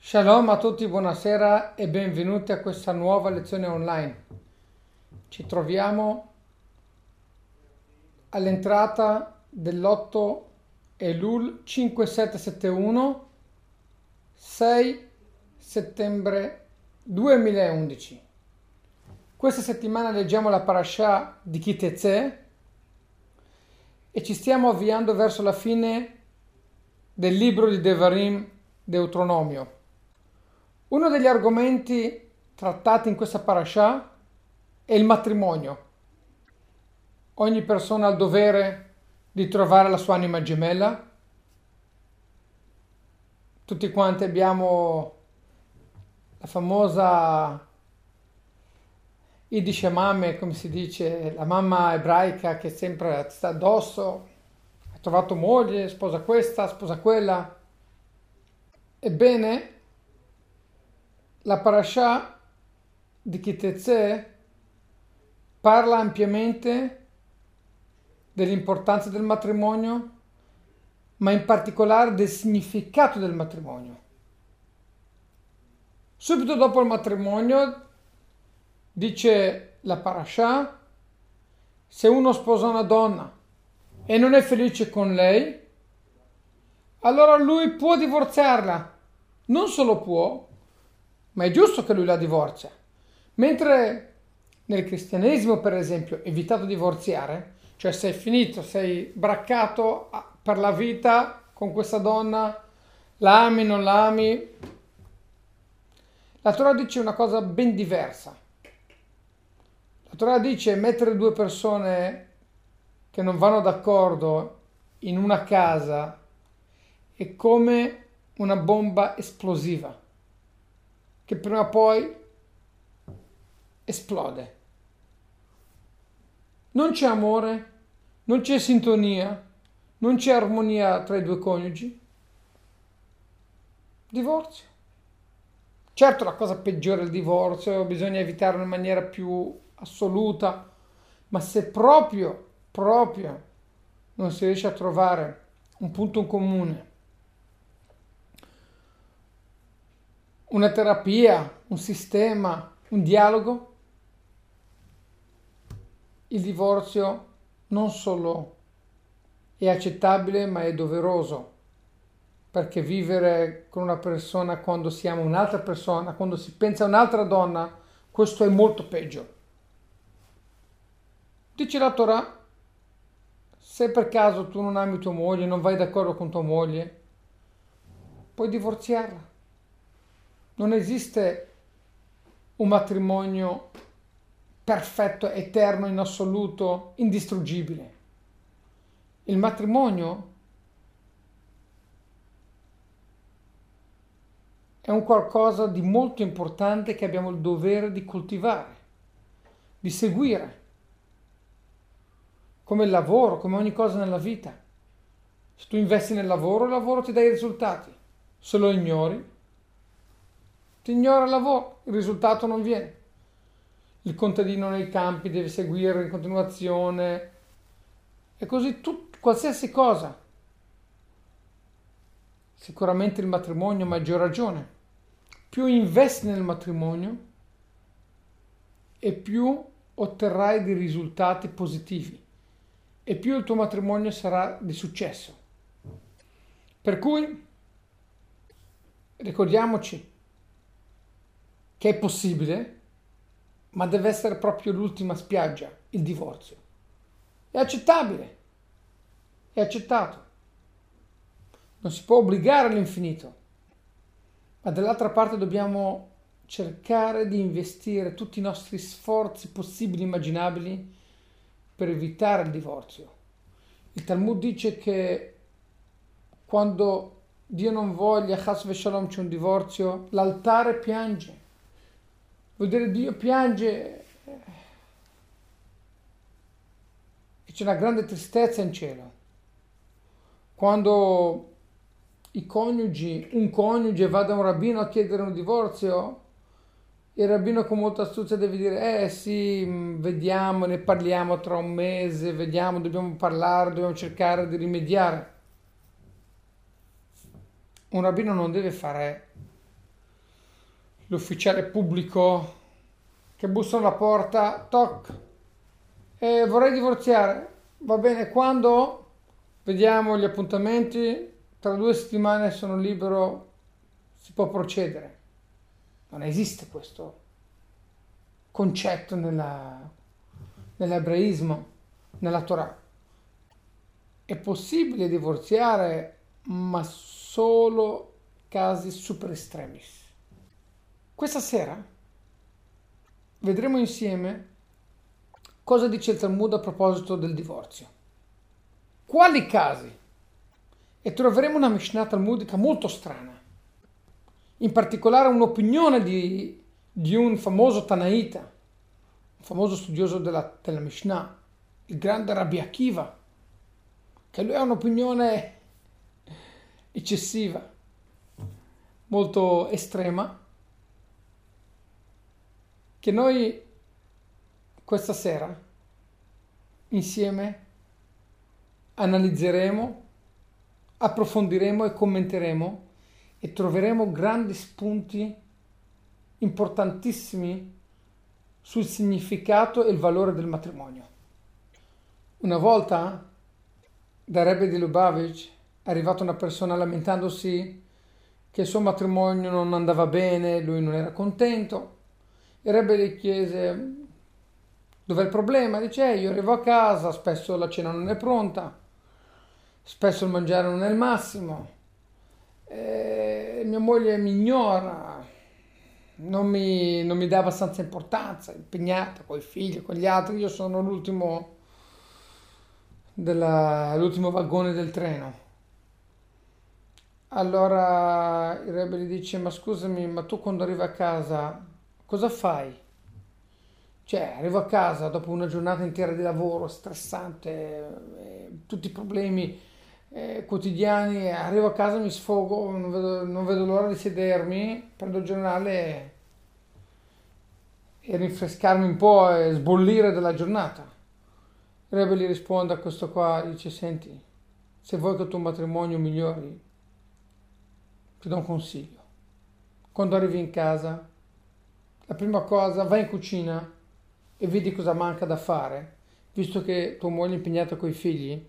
Shalom a tutti, buonasera e benvenuti a questa nuova lezione online. Ci troviamo all'entrata dell'8 Elul 5771, 6 settembre 2011. Questa settimana leggiamo la parasha di Kitezeh e ci stiamo avviando verso la fine del libro di Devarim, Deuteronomio. Uno degli argomenti trattati in questa parasha è il matrimonio. Ogni persona ha il dovere di trovare la sua anima gemella. Tutti quanti abbiamo la famosa Yiddish Mame, come si dice, la mamma ebraica che sempre sta addosso, ha trovato moglie, sposa questa, sposa quella. Ebbene, la parasha di Kitezeh parla ampiamente dell'importanza del matrimonio, ma in particolare del significato del matrimonio. Subito dopo il matrimonio, dice la parasha, se uno sposa una donna e non è felice con lei, allora lui può divorziarla. Non solo può, ma è giusto che lui la divorzia. Mentre nel cristianesimo, per esempio, è vietato divorziare, cioè sei finito, sei braccato per la vita con questa donna, la ami, non la ami. La Torah dice una cosa ben diversa. La Torah dice mettere due persone che non vanno d'accordo in una casa è come una bomba esplosiva che prima o poi esplode. Non c'è amore, non c'è sintonia, non c'è armonia tra i due coniugi. Divorzio. Certo, la cosa peggiore è il divorzio, bisogna evitarlo in maniera più assoluta, ma se proprio non si riesce a trovare un punto in comune, una terapia, un sistema, un dialogo, il divorzio non solo è accettabile, ma è doveroso, perché vivere con una persona quando si ama un'altra persona, quando si pensa a un'altra donna, questo è molto peggio. Dice la Torah, se per caso tu non ami tua moglie, non vai d'accordo con tua moglie, puoi divorziarla. Non esiste un matrimonio perfetto, eterno, in assoluto, indistruggibile. Il matrimonio è un qualcosa di molto importante che abbiamo il dovere di coltivare, di seguire, come il lavoro, come ogni cosa nella vita. Se tu investi nel lavoro, il lavoro ti dà i risultati. Se lo ignori, ti ignora il lavoro, il risultato non viene. Il contadino nei campi deve seguire in continuazione e così qualsiasi cosa. Sicuramente il matrimonio a maggior ragione. Più investi nel matrimonio e più otterrai dei risultati positivi e più il tuo matrimonio sarà di successo. Per cui ricordiamoci che è possibile, ma deve essere proprio l'ultima spiaggia, il divorzio. È accettabile, è accettato. Non si può obbligare all'infinito, ma dall'altra parte dobbiamo cercare di investire tutti i nostri sforzi possibili e immaginabili per evitare il divorzio. Il Talmud dice che quando Dio non voglia, Chas v'Shalom, c'è un divorzio, l'altare piange. Vuol dire Dio piange e c'è una grande tristezza in cielo. Quando un coniuge va da un rabbino a chiedere un divorzio, il rabbino con molta astuzia deve dire, sì, vediamo, ne parliamo tra un mese, vediamo, dobbiamo parlare, dobbiamo cercare di rimediare. Un rabbino non deve fare l'ufficiale pubblico che bussa alla porta, toc, vorrei divorziare, va bene, quando? Vediamo gli appuntamenti, tra 2 settimane sono libero, si può procedere. Non esiste questo concetto nell'ebraismo, nella Torah. È possibile divorziare, ma solo casi super estremis. Questa sera vedremo insieme cosa dice il Talmud a proposito del divorzio. Quali casi? E troveremo una Mishnah talmudica molto strana. In particolare un'opinione di un famoso Tanaita, un famoso studioso della Mishnah, il grande Rabbi Akiva, che lui ha un'opinione eccessiva, molto estrema, che noi questa sera insieme analizzeremo, approfondiremo e commenteremo e troveremo grandi spunti importantissimi sul significato e il valore del matrimonio. Una volta da Rebbe di Lubavitch è arrivata una persona lamentandosi che il suo matrimonio non andava bene, lui non era contento. Il Rebbe gli chiese: dov'è il problema? Dice: io arrivo a casa, spesso la cena non è pronta, spesso il mangiare non è il massimo, mia moglie mi ignora, non mi dà abbastanza importanza, è impegnata con i figli, con gli altri, io sono l'ultimo vagone del treno. Allora il Rebbe gli dice: ma scusami, ma tu quando arrivi a casa cosa fai? Cioè, arrivo a casa dopo una giornata intera di lavoro stressante, tutti i problemi quotidiani, arrivo a casa, mi sfogo, non vedo l'ora di sedermi, prendo il giornale e rinfrescarmi un po' e sbollire della giornata. Il Rebbe gli risponde a questo qua, dice: senti, se vuoi che il tuo matrimonio migliori, ti do un consiglio. Quando arrivi in casa, la prima cosa, vai in cucina e vedi cosa manca da fare, visto che tua moglie è impegnata coi figli.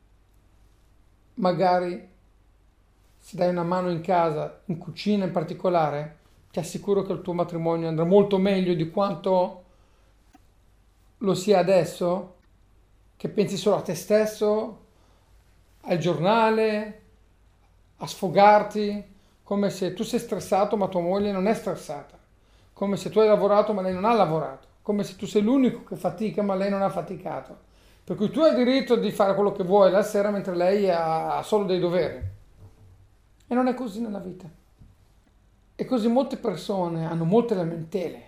Magari se dai una mano in casa, in cucina in particolare, ti assicuro che il tuo matrimonio andrà molto meglio di quanto lo sia adesso, che pensi solo a te stesso, al giornale, a sfogarti, come se tu sei stressato ma tua moglie non è stressata, come se tu hai lavorato ma lei non ha lavorato, come se tu sei l'unico che fatica ma lei non ha faticato. Per cui tu hai diritto di fare quello che vuoi la sera mentre lei ha solo dei doveri. E non è così nella vita. E così molte persone hanno molte lamentele,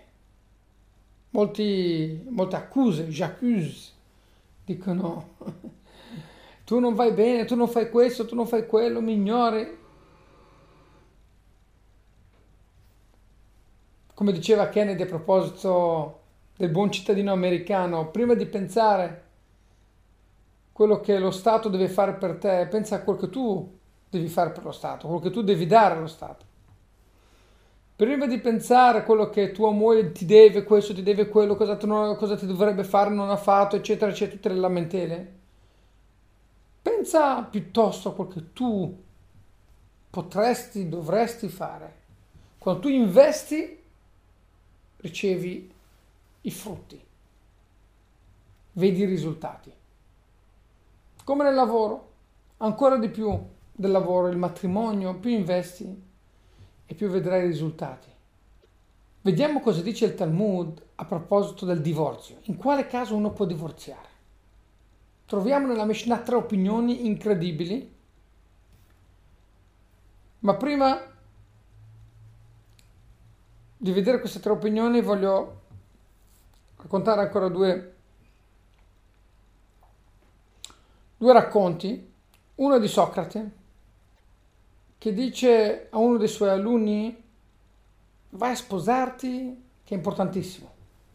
molte accuse, j'accuse, dicono: tu non vai bene, tu non fai questo, tu non fai quello, mi ignori. Come diceva Kennedy a proposito del buon cittadino americano, prima di pensare quello che lo Stato deve fare per te, pensa a quello che tu devi fare per lo Stato, quello che tu devi dare allo Stato. Prima di pensare a quello che tua moglie ti deve, questo ti deve quello, cosa ti dovrebbe fare, non ha fatto, eccetera, eccetera, tutte le lamentele, pensa piuttosto a quello che tu potresti, dovresti fare. Quando tu investi, ricevi i frutti, vedi i risultati. Come nel lavoro, ancora di più del lavoro, il matrimonio, più investi e più vedrai i risultati. Vediamo cosa dice il Talmud a proposito del divorzio. In quale caso uno può divorziare? Troviamo nella Mishnah 3 opinioni incredibili, ma prima di vedere queste 3 opinioni voglio raccontare ancora due racconti. Uno è di Socrate, che dice a uno dei suoi alunni: vai a sposarti, che è importantissimo.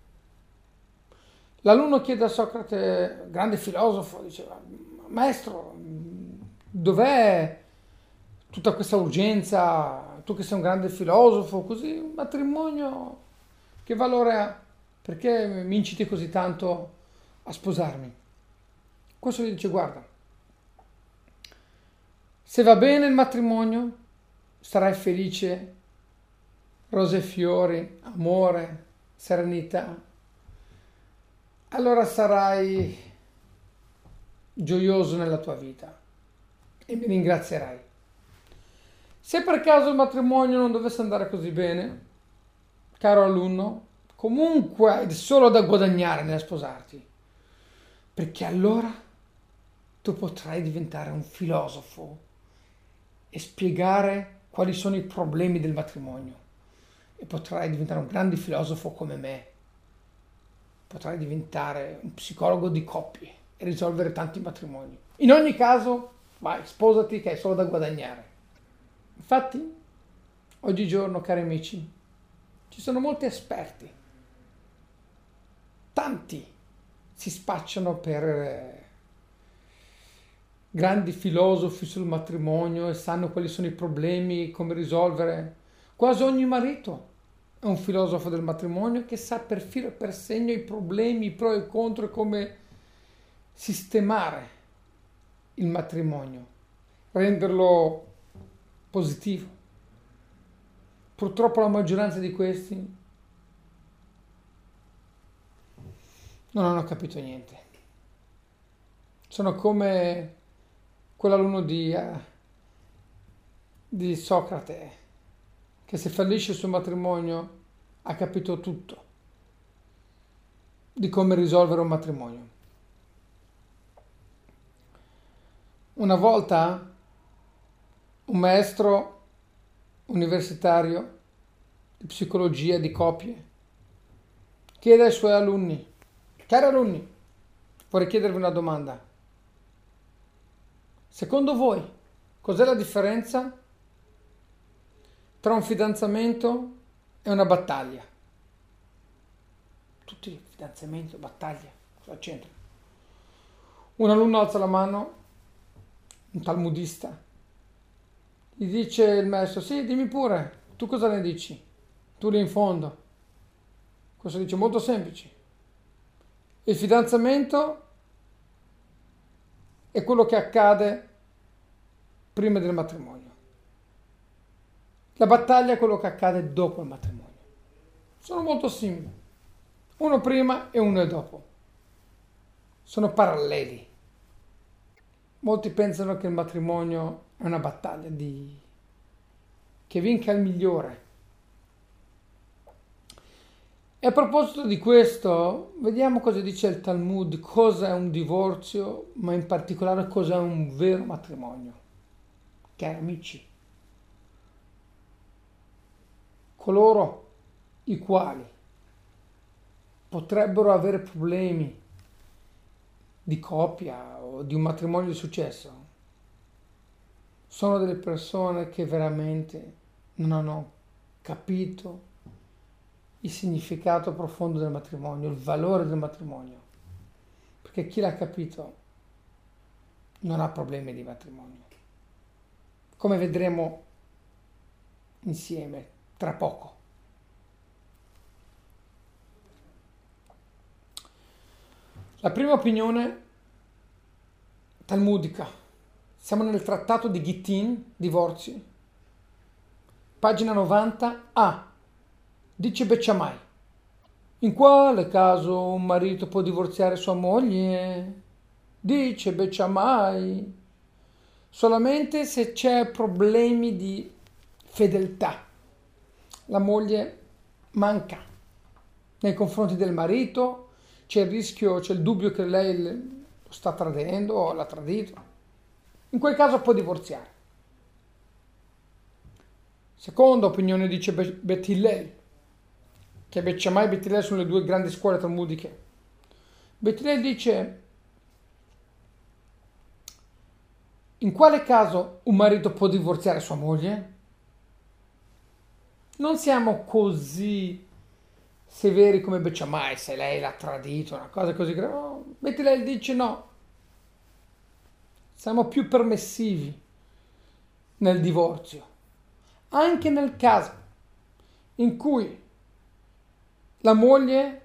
L'alunno chiede a Socrate, grande filosofo, dice: maestro, dov'è tutta questa urgenza? tu che sei un grande filosofo, così un matrimonio che valore ha? Perché mi inciti così tanto a sposarmi? Questo gli dice, guarda, se va bene il matrimonio, sarai felice, rose e fiori, amore, serenità, allora sarai gioioso nella tua vita e mi ringrazierai. Se per caso il matrimonio non dovesse andare così bene, caro alunno, comunque hai solo da guadagnare nel sposarti, perché allora tu potrai diventare un filosofo e spiegare quali sono i problemi del matrimonio e potrai diventare un grande filosofo come me. Potrai diventare un psicologo di coppie e risolvere tanti matrimoni. In ogni caso, vai, sposati che hai solo da guadagnare. Infatti, oggigiorno, cari amici, ci sono molti esperti. Tanti si spacciano per grandi filosofi sul matrimonio e sanno quali sono i problemi, come risolvere. Quasi ogni marito è un filosofo del matrimonio che sa per filo e per segno i problemi, i pro e i contro e come sistemare il matrimonio, renderlo positivo. Purtroppo la maggioranza di questi non hanno capito niente. Sono come quell'alunno di Socrate che se fallisce il suo matrimonio ha capito tutto di come risolvere un matrimonio. Una volta un maestro universitario di psicologia di coppie chiede ai suoi alunni: cari alunni, vorrei chiedervi una domanda. Secondo voi, cos'è la differenza tra un fidanzamento e una battaglia? Tutti fidanzamento, battaglia, cosa c'entra? Un alunno alza la mano, un talmudista, gli dice il maestro: sì, dimmi pure, tu cosa ne dici? Tu lì in fondo. Questo dice: molto semplice. Il fidanzamento è quello che accade prima del matrimonio. La battaglia è quello che accade dopo il matrimonio. Sono molto simili. Uno prima e uno dopo. Sono paralleli. Molti pensano che il matrimonio è una battaglia che vinca il migliore. E a proposito di questo, vediamo cosa dice il Talmud, cosa è un divorzio, ma in particolare cosa è un vero matrimonio. Cari amici, coloro i quali potrebbero avere problemi di coppia o di un matrimonio di successo sono delle persone che veramente non hanno capito il significato profondo del matrimonio, il valore del matrimonio, perché chi l'ha capito non ha problemi di matrimonio, come vedremo insieme tra poco. La prima opinione talmudica, siamo nel trattato di Gittin, divorzi, pagina 90a. Dice Bet Shammai: in quale caso un marito può divorziare sua moglie? Dice Bet Shammai: solamente se c'è problemi di fedeltà. La moglie manca nei confronti del marito, c'è il rischio, c'è il dubbio che lei lo sta tradendo o l'ha tradito. In quel caso può divorziare. Seconda opinione dice Bet Hillel, che Bet Shammai e Bet Hillel sono le due grandi scuole talmudiche. Bet Hillel dice: in quale caso un marito può divorziare sua moglie? Non siamo così severi come Bet Shammai, se lei l'ha tradito, una cosa così grave. No, Bet Hillel dice no. Siamo più permissivi nel divorzio. Anche nel caso in cui la moglie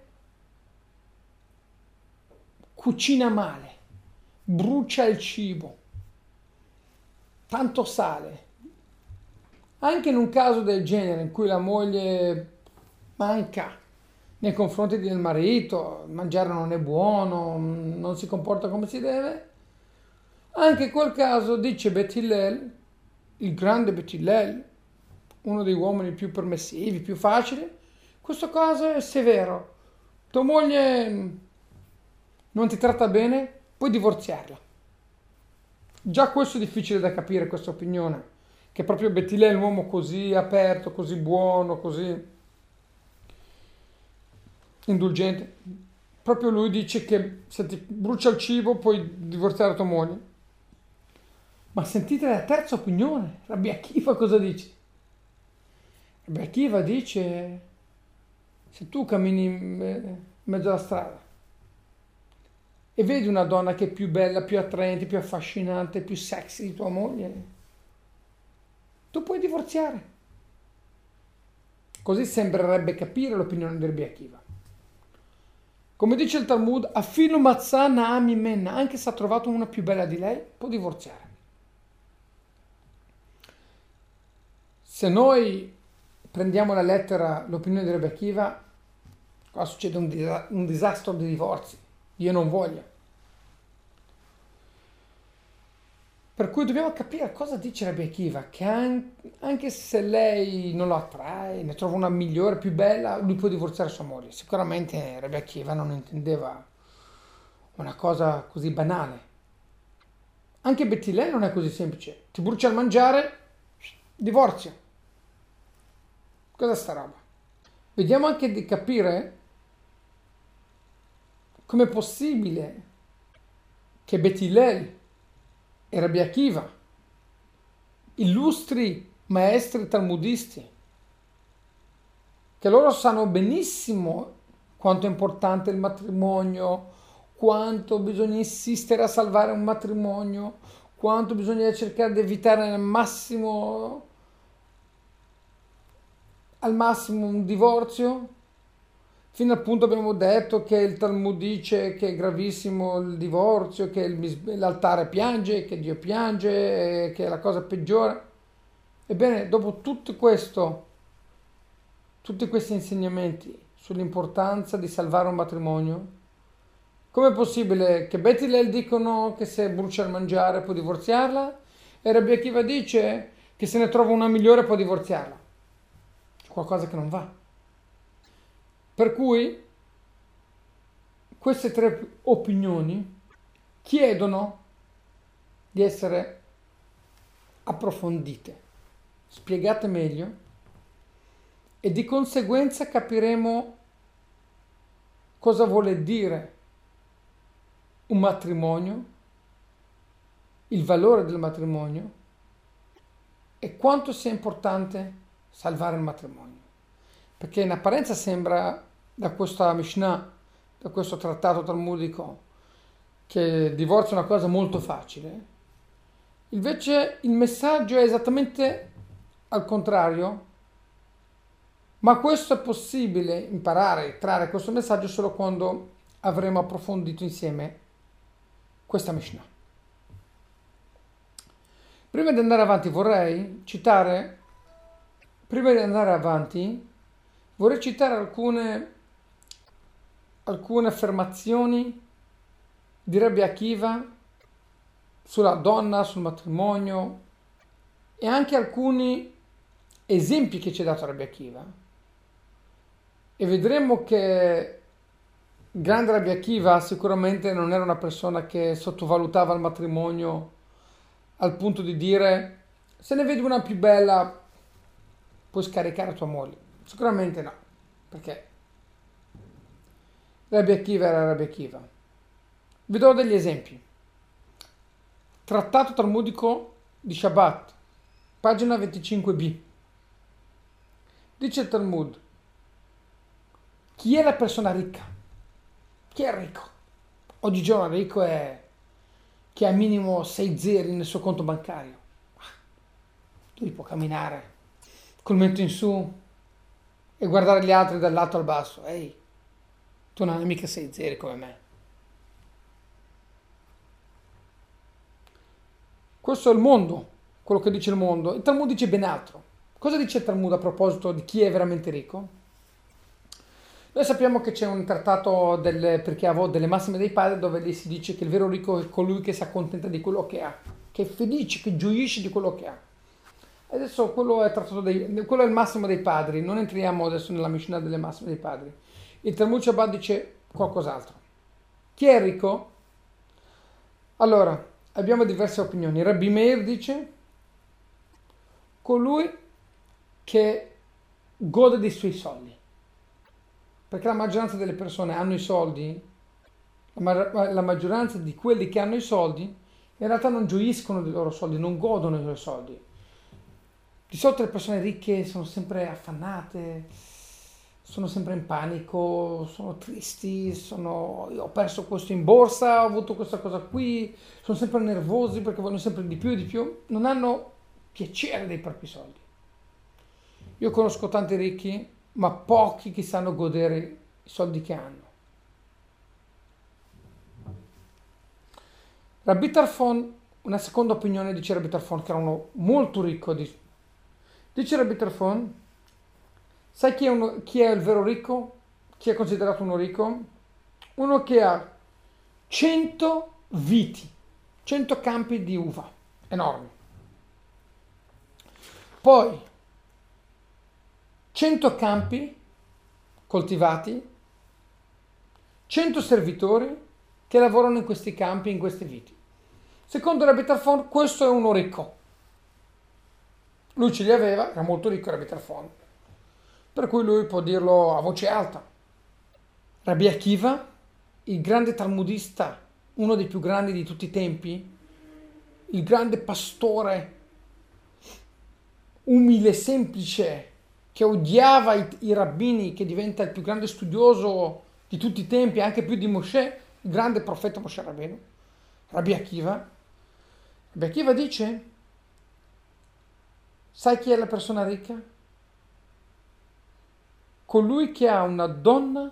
cucina male, brucia il cibo, tanto sale, anche in un caso del genere in cui la moglie manca nei confronti del marito, il mangiare non è buono, non si comporta come si deve, anche in quel caso dice Bet Hillel, il grande Bet Hillel, uno dei uomini più permissivi, più facili, questo caso è severo. Tua moglie non ti tratta bene, puoi divorziarla. Già questo è difficile da capire, questa opinione, che proprio Bet Hillel è un uomo così aperto, così buono, così indulgente. Proprio lui dice che se ti brucia il cibo puoi divorziare tua moglie. Ma sentite la terza opinione, Rabbi Akiva cosa dice? Rabbi Akiva dice, se tu cammini in mezzo alla strada e vedi una donna che è più bella, più attraente, più affascinante, più sexy di tua moglie, tu puoi divorziare. Così sembrerebbe capire l'opinione di Rabbi Akiva. Come dice il Talmud, affilu matzah na'ami menna, anche se ha trovato una più bella di lei, può divorziare. Se noi prendiamo alla lettera l'opinione di Rabbi Akiva, qua succede un disastro di divorzi. Io non voglio. Per cui dobbiamo capire cosa dice Rabbi Akiva, che anche se lei non lo attrae, ne trova una migliore, più bella, lui può divorziare sua moglie. Sicuramente Rabbi Akiva non intendeva una cosa così banale. Anche Bet Hillel non è così semplice. Ti brucia il mangiare, divorzio. Cos'è sta roba? Vediamo anche di capire com'è possibile che Bet Hillel e Rabbi Akiva, illustri maestri talmudisti, che loro sanno benissimo quanto è importante il matrimonio, quanto bisogna insistere a salvare un matrimonio, quanto bisogna cercare di evitare al massimo un divorzio. Fino al punto abbiamo detto che il Talmud dice che è gravissimo il divorzio, che l'altare piange, che Dio piange, che è la cosa peggiore. Ebbene, dopo tutti questi insegnamenti sull'importanza di salvare un matrimonio, com'è possibile che Bet Hillel dicono che se brucia il mangiare può divorziarla e Rabbi Akiva dice che se ne trova una migliore può divorziarla? C'è qualcosa che non va. Per cui queste tre opinioni chiedono di essere approfondite, spiegate meglio e di conseguenza capiremo cosa vuole dire un matrimonio, il valore del matrimonio e quanto sia importante salvare il matrimonio. Perché in apparenza sembra, da questa Mishnah, da questo trattato talmudico, che il divorzio è una cosa molto facile. Invece il messaggio è esattamente al contrario, ma questo è possibile imparare, trarre questo messaggio solo quando avremo approfondito insieme questa Mishnah. Prima di andare avanti vorrei citare alcune affermazioni di Rabbi Akiva sulla donna, sul matrimonio e anche alcuni esempi che ci ha dato Rabbi Akiva. E vedremo che il grande Rabbi Akiva sicuramente non era una persona che sottovalutava il matrimonio al punto di dire se ne vedi una più bella puoi scaricare tua moglie. Sicuramente no, perché Rabbi Akiva era Rabbi Akiva. Vi do degli esempi. Trattato talmudico di Shabbat, pagina 25b. Dice il Talmud: chi è la persona ricca? Chi è ricco? Oggigiorno ricco è chi ha minimo 6 zeri nel suo conto bancario. Lui può camminare col mento in su e guardare gli altri dall'alto al basso. Ehi, tu non hai mica sei zeri come me. Questo è il mondo, quello che dice il mondo. Il Talmud dice ben altro. Cosa dice il Talmud a proposito di chi è veramente ricco? Noi sappiamo che c'è un trattato perché avevo delle massime dei padri dove lì si dice che il vero ricco è colui che si accontenta di quello che ha, che è felice, che gioisce di quello che ha. Adesso quello è quello è il massimo dei padri, non entriamo adesso nella Mishnah delle massime dei padri. Il Talmud Shabbat dice qualcos'altro. Chi è ricco? Allora, abbiamo diverse opinioni. Rabbi Meir dice colui che gode dei suoi soldi. Perché la maggioranza delle persone hanno i soldi, la maggioranza di quelli che hanno i soldi in realtà non gioiscono dei loro soldi, non godono dei loro soldi. Di solito le persone ricche sono sempre affannate, sono sempre in panico, sono tristi, io ho perso questo in borsa, ho avuto questa cosa qui, sono sempre nervosi perché vogliono sempre di più e di più, non hanno piacere dei propri soldi. Io conosco tanti ricchi, ma pochi che sanno godere i soldi che hanno. Rabbi Tarfon, una seconda opinione, dice Rabbi Tarfon, che era uno molto ricco. Dice Rabbi Tarfon, sai chi è il vero ricco? Chi è considerato uno ricco? Uno che ha 100 viti, 100 campi di uva, enormi. Poi 100 campi coltivati, 100 servitori che lavorano in questi campi, in questi viti. Secondo Rabbi Tarfon, questo è uno ricco. Lui ce li aveva, era molto ricco Rabbi Tarfon, per cui lui può dirlo a voce alta. Rabbi Akiva, il grande talmudista, uno dei più grandi di tutti i tempi, il grande pastore, umile, semplice, che odiava i rabbini, che diventa il più grande studioso di tutti i tempi, anche più di Mosè, il grande profeta Mosè Rabbeinu, Rabbi Akiva. Rabbi Akiva dice, sai chi è la persona ricca? Colui che ha una donna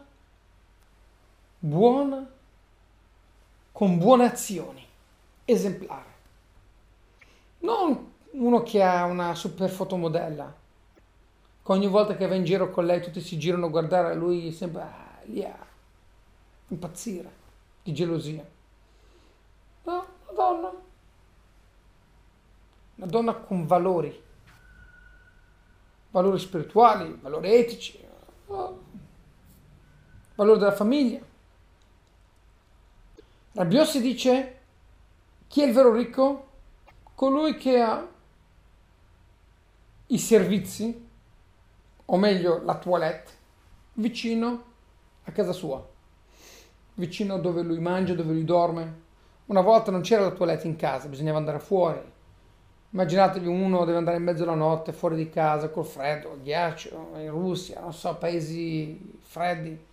buona, con buone azioni, esemplare. Non uno che ha una super fotomodella, che ogni volta che va in giro con lei tutti si girano a guardare, lui sembra lì a impazzire di gelosia. No, una donna con valori spirituali, valori etici, valori della famiglia. Rabbi Yossi dice, chi è il vero ricco? Colui che ha i servizi, o meglio la toilette, vicino a casa sua, vicino dove lui mangia, dove lui dorme. Una volta non c'era la toilette in casa, bisognava andare fuori. Immaginatevi uno deve andare in mezzo alla notte fuori di casa col freddo, il ghiaccio, in Russia, non so, paesi freddi.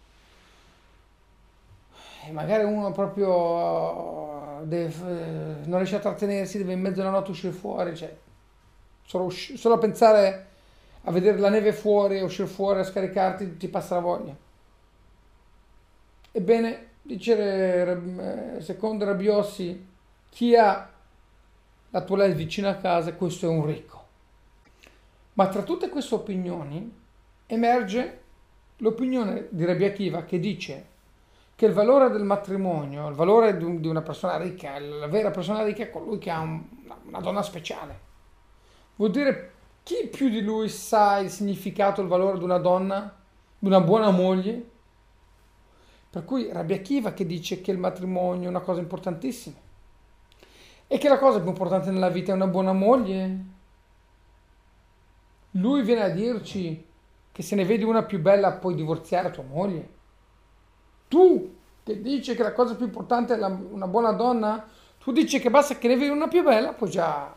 E magari uno proprio non riesce a trattenersi, deve in mezzo alla notte uscire fuori, cioè solo a pensare a vedere la neve fuori, a uscire fuori, a scaricarti, ti passa la voglia. Ebbene, dice secondo Rabbi Yossi, chi ha la toilette vicino a casa, questo è un ricco. Ma tra tutte queste opinioni emerge l'opinione di Rabbi Akiva che dice che il valore del matrimonio, il valore di una persona ricca, la vera persona ricca è colui che ha una donna speciale. Vuol dire, chi più di lui sa il significato, il valore di una donna, di una buona moglie? Per cui Rabbi Akiva che dice che il matrimonio è una cosa importantissima e che la cosa più importante nella vita è una buona moglie. Lui viene a dirci che se ne vedi una più bella puoi divorziare tua moglie. Tu che dici che la cosa più importante è una buona donna, tu dici che basta che ne vedi una più bella, puoi già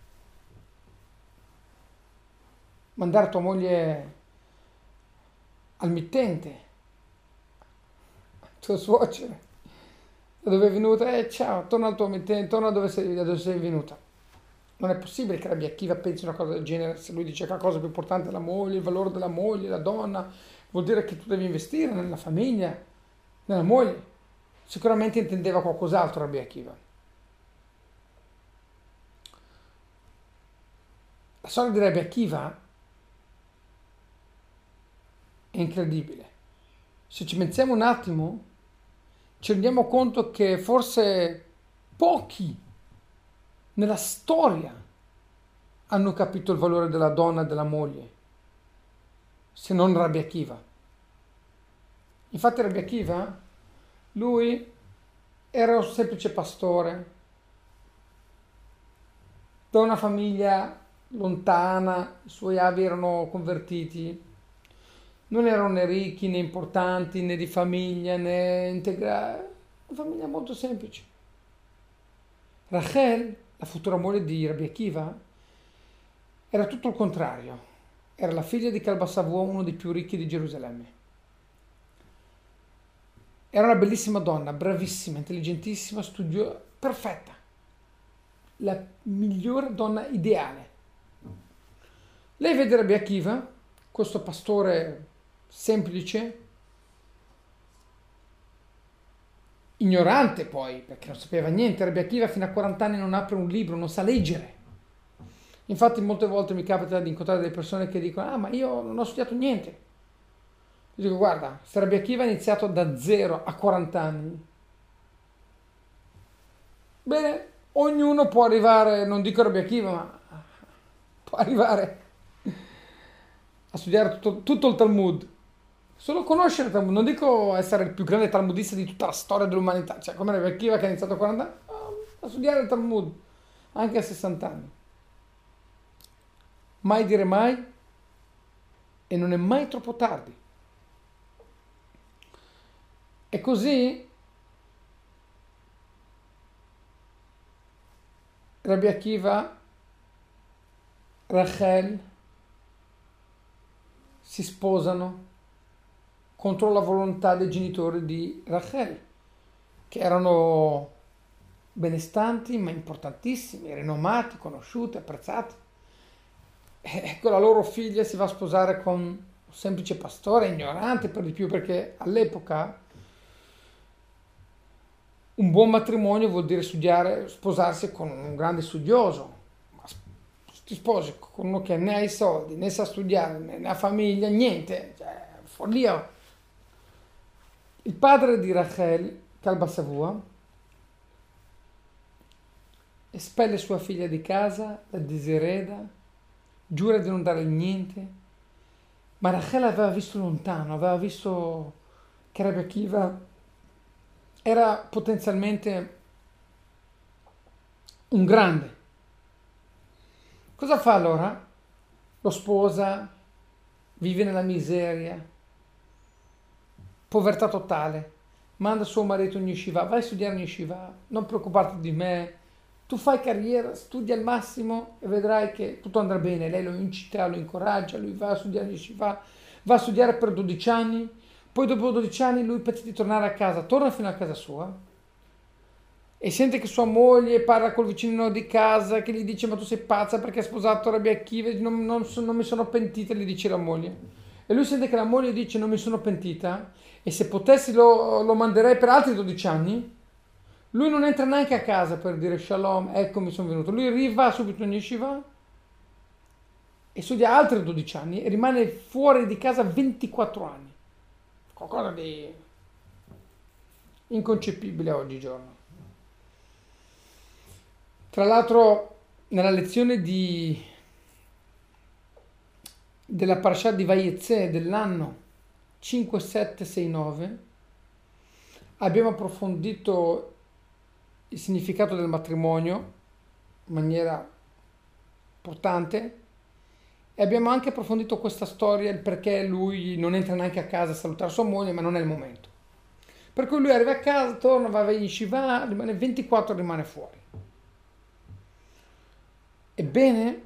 mandare tua moglie al mittente, tua suocera, da dove è venuta, ciao, torna al tuo mittente, torna dove sei venuta. Non è possibile che Rabbi Akiva pensi una cosa del genere, se lui dice che la cosa più importante è la moglie, il valore della moglie, la donna, vuol dire che tu devi investire nella famiglia, nella moglie. Sicuramente intendeva qualcos'altro Rabbi Akiva. La storia di Rabbi Akiva è incredibile. Se ci pensiamo un attimo, ci rendiamo conto che forse pochi nella storia hanno capito il valore della donna e della moglie, se non Rabbi Akiva. Infatti Rabbi Akiva, lui era un semplice pastore da una famiglia lontana, i suoi avi erano convertiti, non erano né ricchi né importanti né di famiglia né integrati, una famiglia molto semplice. Rachel, la futura moglie di Rabbi Akiva, era tutto il contrario, era la figlia di Kalba Savua, uno dei più ricchi di Gerusalemme. Era una bellissima donna, bravissima, intelligentissima, studiosa, perfetta, la migliore donna ideale. Lei vede Rabbi Akiva, questo pastore semplice, ignorante poi, perché non sapeva niente. Rabbi Akiva fino a 40 anni non apre un libro, non sa leggere. Infatti molte volte mi capita di incontrare delle persone che dicono: ma io non ho studiato niente. Io dico: guarda, se Rabbi Akiva ha iniziato da 0 a 40 anni, bene, ognuno può arrivare, non dico Rabbi Akiva, ma può arrivare a studiare tutto il Talmud. Solo conoscere il Talmud, non dico essere il più grande talmudista di tutta la storia dell'umanità, cioè come Rabbi Akiva che ha iniziato a 40 anni, a studiare il Talmud, anche a 60 anni. Mai dire mai, e non è mai troppo tardi. E così Rabbi Akiva, Rachel si sposano contro la volontà dei genitori di Rachel, che erano benestanti ma importantissimi, rinomati, conosciuti, apprezzati. E ecco, la loro figlia si va a sposare con un semplice pastore, ignorante per di più, perché all'epoca un buon matrimonio vuol dire sposarsi con un grande studioso. Ma ti sposi con uno che né ha i soldi, né sa studiare, né ha famiglia, niente, cioè, follia. Il padre di Rachel, Kalba Savua, espelle sua figlia di casa, la disereda, giura di non dare niente, ma Rachel aveva visto lontano, aveva visto che Rabbi Akiva era potenzialmente un grande. Cosa fa allora? Lo sposa, vive nella miseria, povertà totale, manda suo marito in yeshiva: vai a studiare in yeshiva, non preoccuparti di me, tu fai carriera, studia al massimo e vedrai che tutto andrà bene. Lei lo incita, lo incoraggia, lui va a studiare in yeshiva, va a studiare per 12 anni, poi dopo 12 anni lui pensa di tornare a casa, torna fino a casa sua e sente che sua moglie parla col vicino di casa che gli dice: ma tu sei pazza perché hai sposato Rabbi Akiva, non mi sono pentita, gli dice la moglie. E lui sente che la moglie dice: non mi sono pentita e se potessi lo manderei per altri 12 anni. Lui non entra neanche a casa per dire shalom, eccomi, sono venuto. Lui arriva subito in yeshiva e studia altri 12 anni e rimane fuori di casa 24 anni. Qualcosa di inconcepibile oggigiorno. Tra l'altro, nella lezione della parasha di Vayetze dell'anno 5769 abbiamo approfondito il significato del matrimonio in maniera importante e abbiamo anche approfondito questa storia, il perché lui non entra neanche a casa a salutare sua moglie, ma non è il momento. Per cui lui arriva a casa, torna, va in yeshiva, rimane 24, rimane fuori. Ebbene,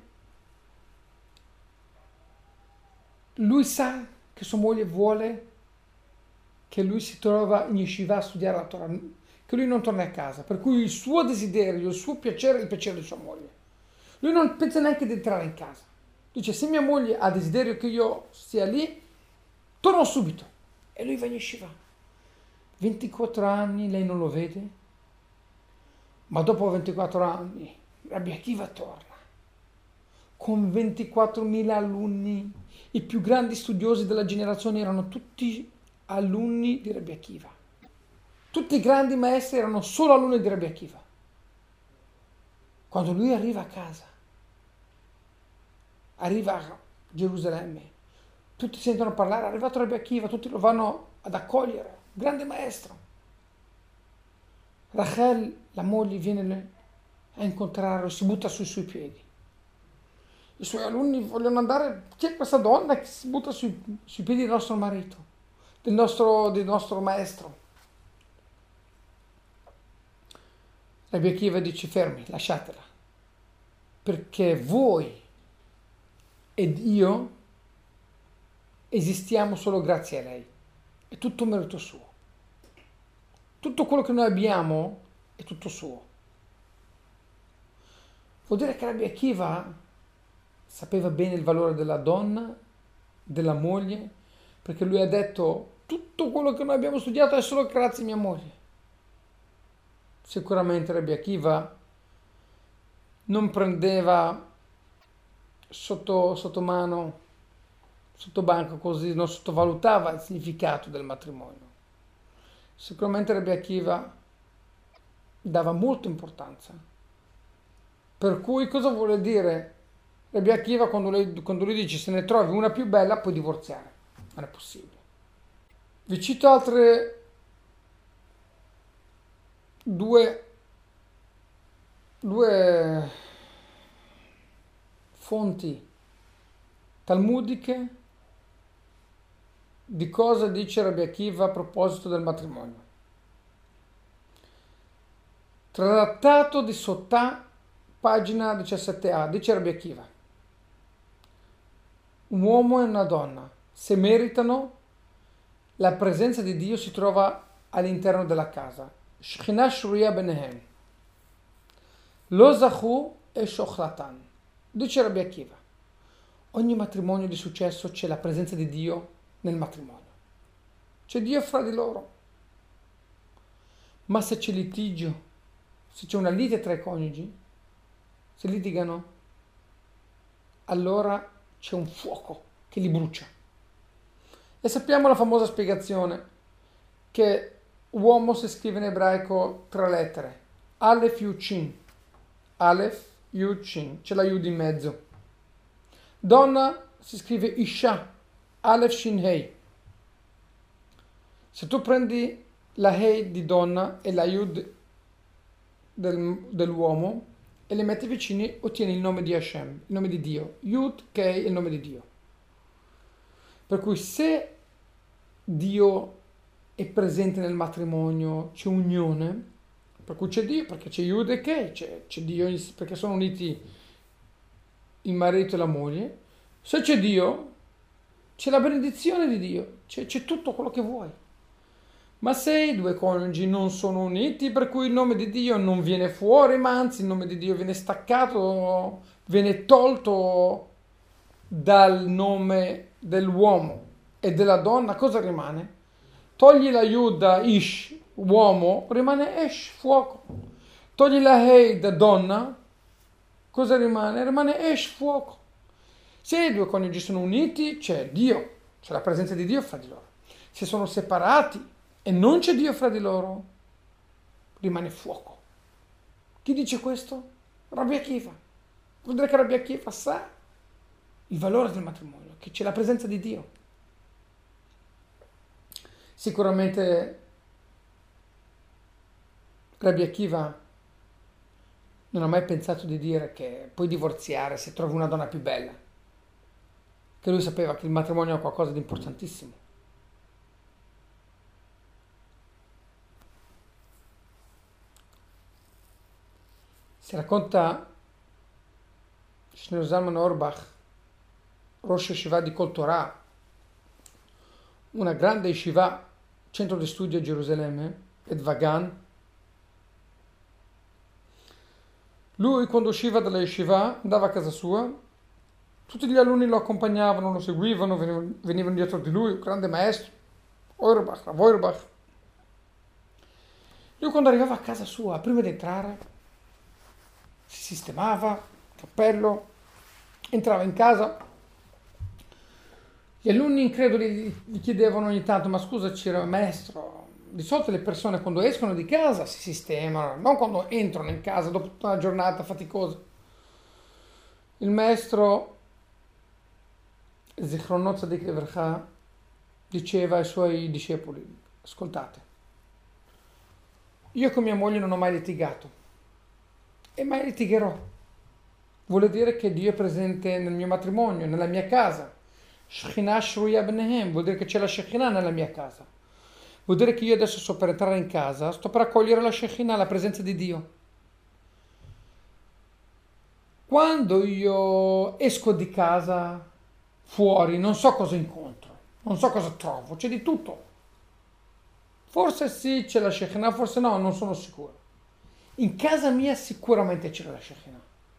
lui sa che sua moglie vuole che lui si trova in yeshiva a studiare la Torah, che lui non torna a casa, per cui il suo desiderio, il suo piacere è il piacere di sua moglie. Lui non pensa neanche di entrare in casa. Dice, se mia moglie ha desiderio che io stia lì, torno subito. E lui va in yeshiva. 24 anni, lei non lo vede, ma dopo 24 anni Rabbi Akiva torna con 24.000 alunni. I più grandi studiosi della generazione erano tutti alunni di Rabbi Akiva. Tutti i grandi maestri erano solo alunni di Rabbi Akiva. Quando lui arriva a casa, arriva a Gerusalemme, tutti sentono parlare, è arrivato Rabbi Akiva, tutti lo vanno ad accogliere, grande maestro. Rachel, la moglie, viene a incontrarlo, si butta sui suoi piedi. I suoi alunni vogliono andare, chi è questa donna che si butta sui piedi del nostro marito, del nostro maestro? Rabbi Akiva dice, fermi, lasciatela, perché voi ed io esistiamo solo grazie a lei, è tutto merito suo. Tutto quello che noi abbiamo è tutto suo. Vuol dire che Rabbi Akiva sapeva bene il valore della donna, della moglie, perché lui ha detto, tutto quello che noi abbiamo studiato è solo grazie a mia moglie. Sicuramente Rabbi Akiva non prendeva sotto mano, sotto banco, così non sottovalutava il significato del matrimonio. Sicuramente Rabbi Akiva dava molta importanza. Per cui cosa vuole dire Rabbi Akiva quando lui dice se ne trovi una più bella puoi divorziare? Non è possibile. Vi cito altre due fonti talmudiche di cosa dice Rabbi Akiva a proposito del matrimonio. Trattato di Sotà, pagina 17a, dice Rabbi Akiva, un uomo e una donna, se meritano, la presenza di Dio si trova all'interno della casa. Shechina shruya benehem. Lo zachu e shochlatan. Dice Rabbi Akiva, ogni matrimonio di successo c'è la presenza di Dio nel matrimonio. C'è Dio fra di loro. Ma se c'è litigio, se c'è una lite tra i coniugi, se litigano, allora c'è un fuoco che li brucia. E sappiamo la famosa spiegazione che uomo si scrive in ebraico 3 lettere, Aleph Yud Shin, Aleph Yud Shin, c'è la Yud in mezzo. Donna si scrive Isha, Aleph Shin Hei. Se tu prendi la Hei di donna e la Yud dell'uomo e le metti vicini, ottieni il nome di Hashem, il nome di Dio. Yud Kei è il nome di Dio. Per cui se Dio è presente nel matrimonio, c'è unione, per cui c'è Dio, perché c'è Yud e Kei, c'è Dio, perché sono uniti il marito e la moglie. Se c'è Dio, c'è la benedizione di Dio, c'è tutto quello che vuoi. Ma se i due coniugi non sono uniti, per cui il nome di Dio non viene fuori, ma anzi il nome di Dio viene staccato, viene tolto dal nome dell'uomo e della donna, cosa rimane? Togli la Yud da Ish, uomo, rimane Esh, fuoco. Togli la Hei da donna, cosa rimane? Rimane Esh, fuoco. Se i due coniugi sono uniti, c'è Dio, c'è la presenza di Dio fra di loro. Se sono separati e non c'è Dio fra di loro, rimane fuoco. Chi dice questo? Rabbi Akiva. Vuol dire che Rabbi Akiva sa il valore del matrimonio, che c'è la presenza di Dio. Sicuramente Rabbi Akiva non ha mai pensato di dire che puoi divorziare se trovi una donna più bella, che lui sapeva che il matrimonio è qualcosa di importantissimo. Si racconta Shneur Zalman Auerbach, Rosh Yeshiva di Kol Torah, una grande yeshiva, centro di studio a Gerusalemme, Ed Vagan. Lui quando usciva dalle yeshiva andava a casa sua, tutti gli alunni lo accompagnavano, lo seguivano, venivano dietro di lui, un grande maestro, Auerbach, Rav Auerbach. Lui quando arrivava a casa sua, prima di entrare, si sistemava, cappello, entrava in casa. Gli alunni increduli gli chiedevano ogni tanto, ma scusa, c'era maestro, di solito le persone quando escono di casa si sistemano, non quando entrano in casa dopo tutta una giornata faticosa. Il maestro Zichronot Tzadik Levrcha diceva ai suoi discepoli, ascoltate, io con mia moglie non ho mai litigato e mai litigherò. Vuole dire che Dio è presente nel mio matrimonio, nella mia casa. Shekhinah Shruya Bnehem, vuol dire che c'è la Shekhinah nella mia casa. Vuol dire che io adesso sto per entrare in casa, sto per accogliere la Shekhinah, la presenza di Dio. Quando io esco di casa, fuori, non so cosa incontro, non so cosa trovo, c'è di tutto. Forse sì, c'è la Shekhinah, forse no, non sono sicuro. In casa mia sicuramente c'è la Shekhinah.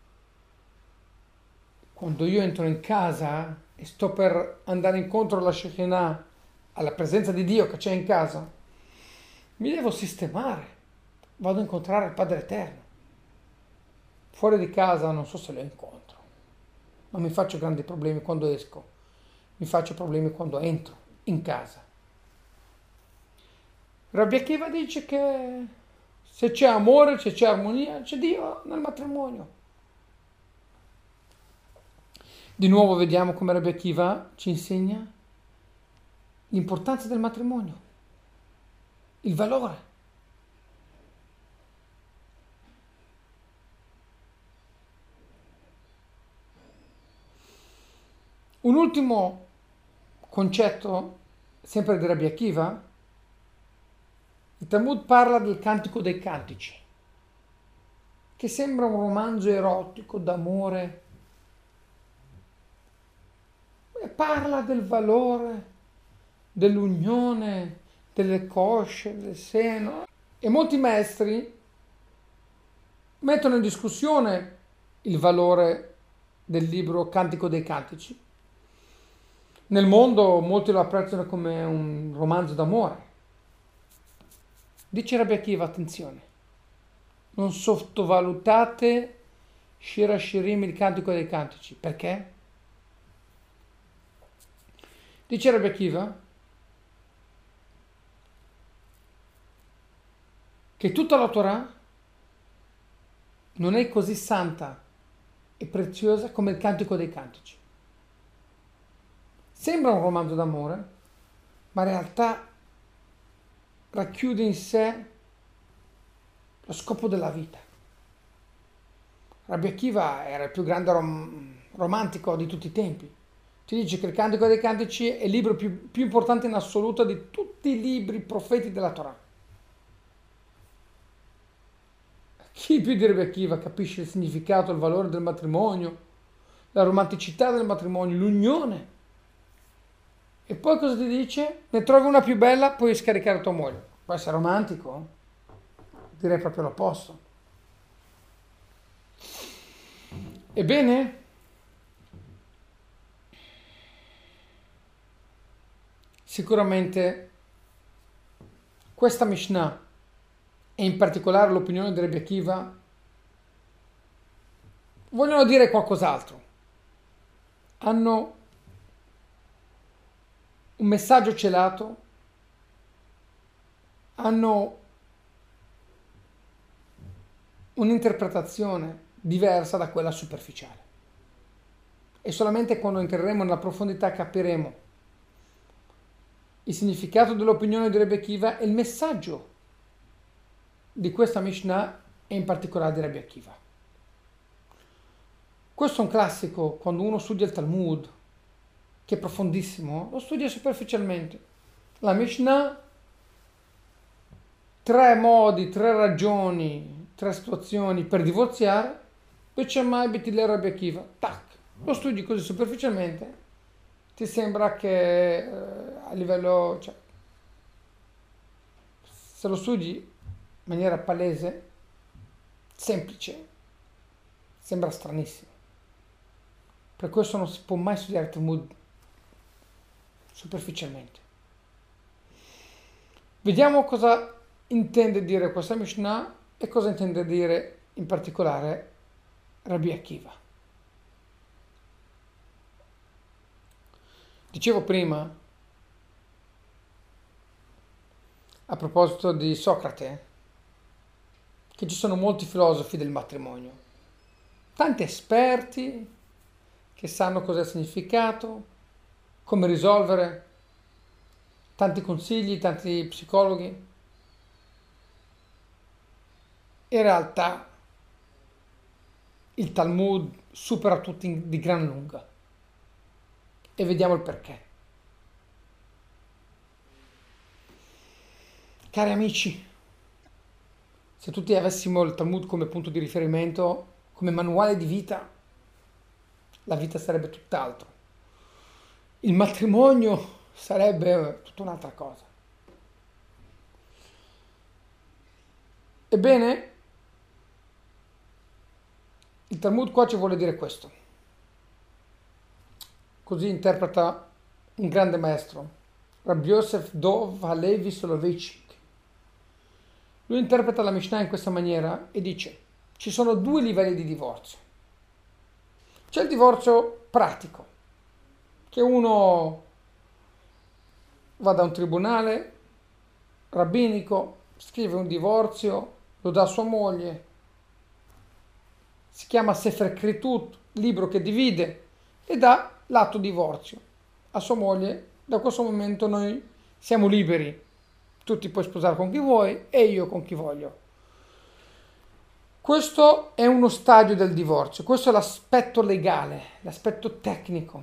Quando io entro in casa e sto per andare incontro alla Shekhinah, alla presenza di Dio che c'è in casa, mi devo sistemare, vado a incontrare il Padre Eterno. Fuori di casa non so se lo incontro, non mi faccio grandi problemi quando esco, mi faccio problemi quando entro in casa. Rabbi Akiva dice che se c'è amore, se c'è armonia, c'è Dio nel matrimonio. Di nuovo vediamo come Rabbi Akiva ci insegna l'importanza del matrimonio, il valore. Un ultimo concetto, sempre di Rabbi Akiva, il Talmud parla del Cantico dei Cantici, che sembra un romanzo erotico d'amore, e parla del valore, dell'unione, delle cosce, del seno. E molti maestri mettono in discussione il valore del libro Cantico dei Cantici. Nel mondo molti lo apprezzano come un romanzo d'amore. Dice Rabbi Akiva, attenzione, non sottovalutate Shira Shirim, il Cantico dei Cantici. Perché? Dice Rabbi Akiva che tutta la Torah non è così santa e preziosa come il Cantico dei Cantici. Sembra un romanzo d'amore, ma in realtà racchiude in sé lo scopo della vita. Rabbi Akiva era il più grande romantico di tutti i tempi. Ti dice che il Cantico dei Cantici è il libro più importante in assoluto di tutti i libri profeti della Torah. Chi più di Rabbi Akiva capisce il significato, il valore del matrimonio, la romanticità del matrimonio, l'unione? E poi cosa ti dice? Ne trovi una più bella, puoi scaricare tua moglie. Può essere romantico? Direi proprio l'opposto. Ebbene, sicuramente questa Mishnah e in particolare l'opinione di Rabbi Akiva vogliono dire qualcos'altro. Hanno un messaggio celato, hanno un'interpretazione diversa da quella superficiale. E solamente quando entreremo nella profondità capiremo il significato dell'opinione di Rabbi Akiva e il messaggio di questa Mishnah e in particolare di Rabbi Akiva. Questo è un classico quando uno studia il Talmud, che è profondissimo, lo studia superficialmente. La Mishnah, 3 modi, 3 ragioni, 3 situazioni per divorziare, poi c'è mai Betile Rabbi Akiva. Tac, lo studi così superficialmente, ti sembra che a livello, cioè, se lo studi in maniera palese, semplice, Sembra stranissimo. Per questo non si può mai studiare Talmud superficialmente. Vediamo cosa intende dire questa Mishnah e cosa intende dire in particolare Rabbi Akiva. Dicevo prima, a proposito di Socrate, che ci sono molti filosofi del matrimonio, tanti esperti che sanno cosa è il significato, come risolvere, tanti consigli, tanti psicologi. In realtà il Talmud supera tutti di gran lunga e vediamo il perché. Cari amici, se tutti avessimo il Talmud come punto di riferimento, come manuale di vita, la vita sarebbe tutt'altro. Il matrimonio sarebbe tutta un'altra cosa. Ebbene, il Talmud qua ci vuole dire questo. Così interpreta un grande maestro, Rabbi Yosef Dov Halevi Soloveitchik. Lui interpreta la Mishnah in questa maniera e dice: ci sono due livelli di divorzio. C'è il divorzio pratico, che uno va da un tribunale rabbinico, scrive un divorzio, lo dà a sua moglie, si chiama Sefer Kritut, libro che divide, e dà l'atto divorzio a sua moglie. Da questo momento noi siamo liberi, tu ti puoi sposare con chi vuoi e io con chi voglio. Questo è uno stadio del divorzio, questo è l'aspetto legale, l'aspetto tecnico.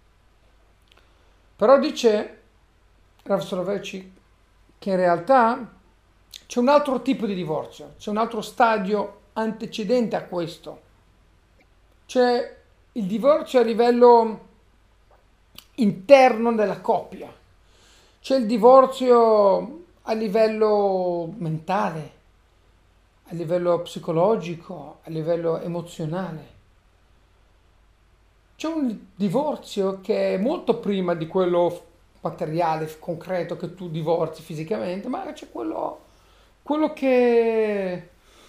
Però dice Rav Soloveitchik che in realtà c'è un altro tipo di divorzio, c'è un altro stadio antecedente a questo. C'è il divorzio a livello interno della coppia, c'è il divorzio a livello mentale, a livello psicologico, a livello emozionale. C'è un divorzio che è molto prima di quello materiale, concreto, che tu divorzi fisicamente, ma c'è quello che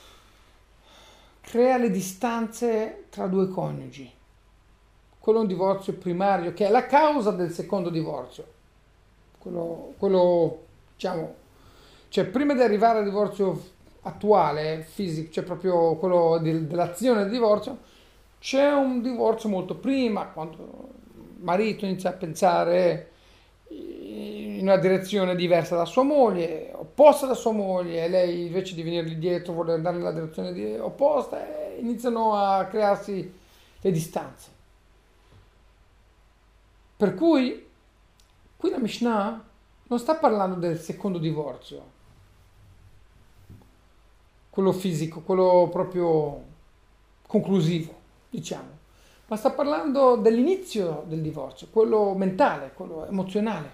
crea le distanze tra due coniugi. Quello è un divorzio primario, che è la causa del secondo divorzio. Quello diciamo, cioè prima di arrivare al divorzio attuale, fisico, cioè proprio quello dell'azione del divorzio, c'è un divorzio molto prima, quando il marito inizia a pensare in una direzione diversa da sua moglie, opposta da sua moglie, e lei invece di venirgli dietro vuole andare nella direzione opposta, e iniziano a crearsi le distanze. Per cui qui la Mishnah non sta parlando del secondo divorzio, quello fisico, quello proprio conclusivo, diciamo, ma sta parlando dell'inizio del divorzio, quello mentale, quello emozionale.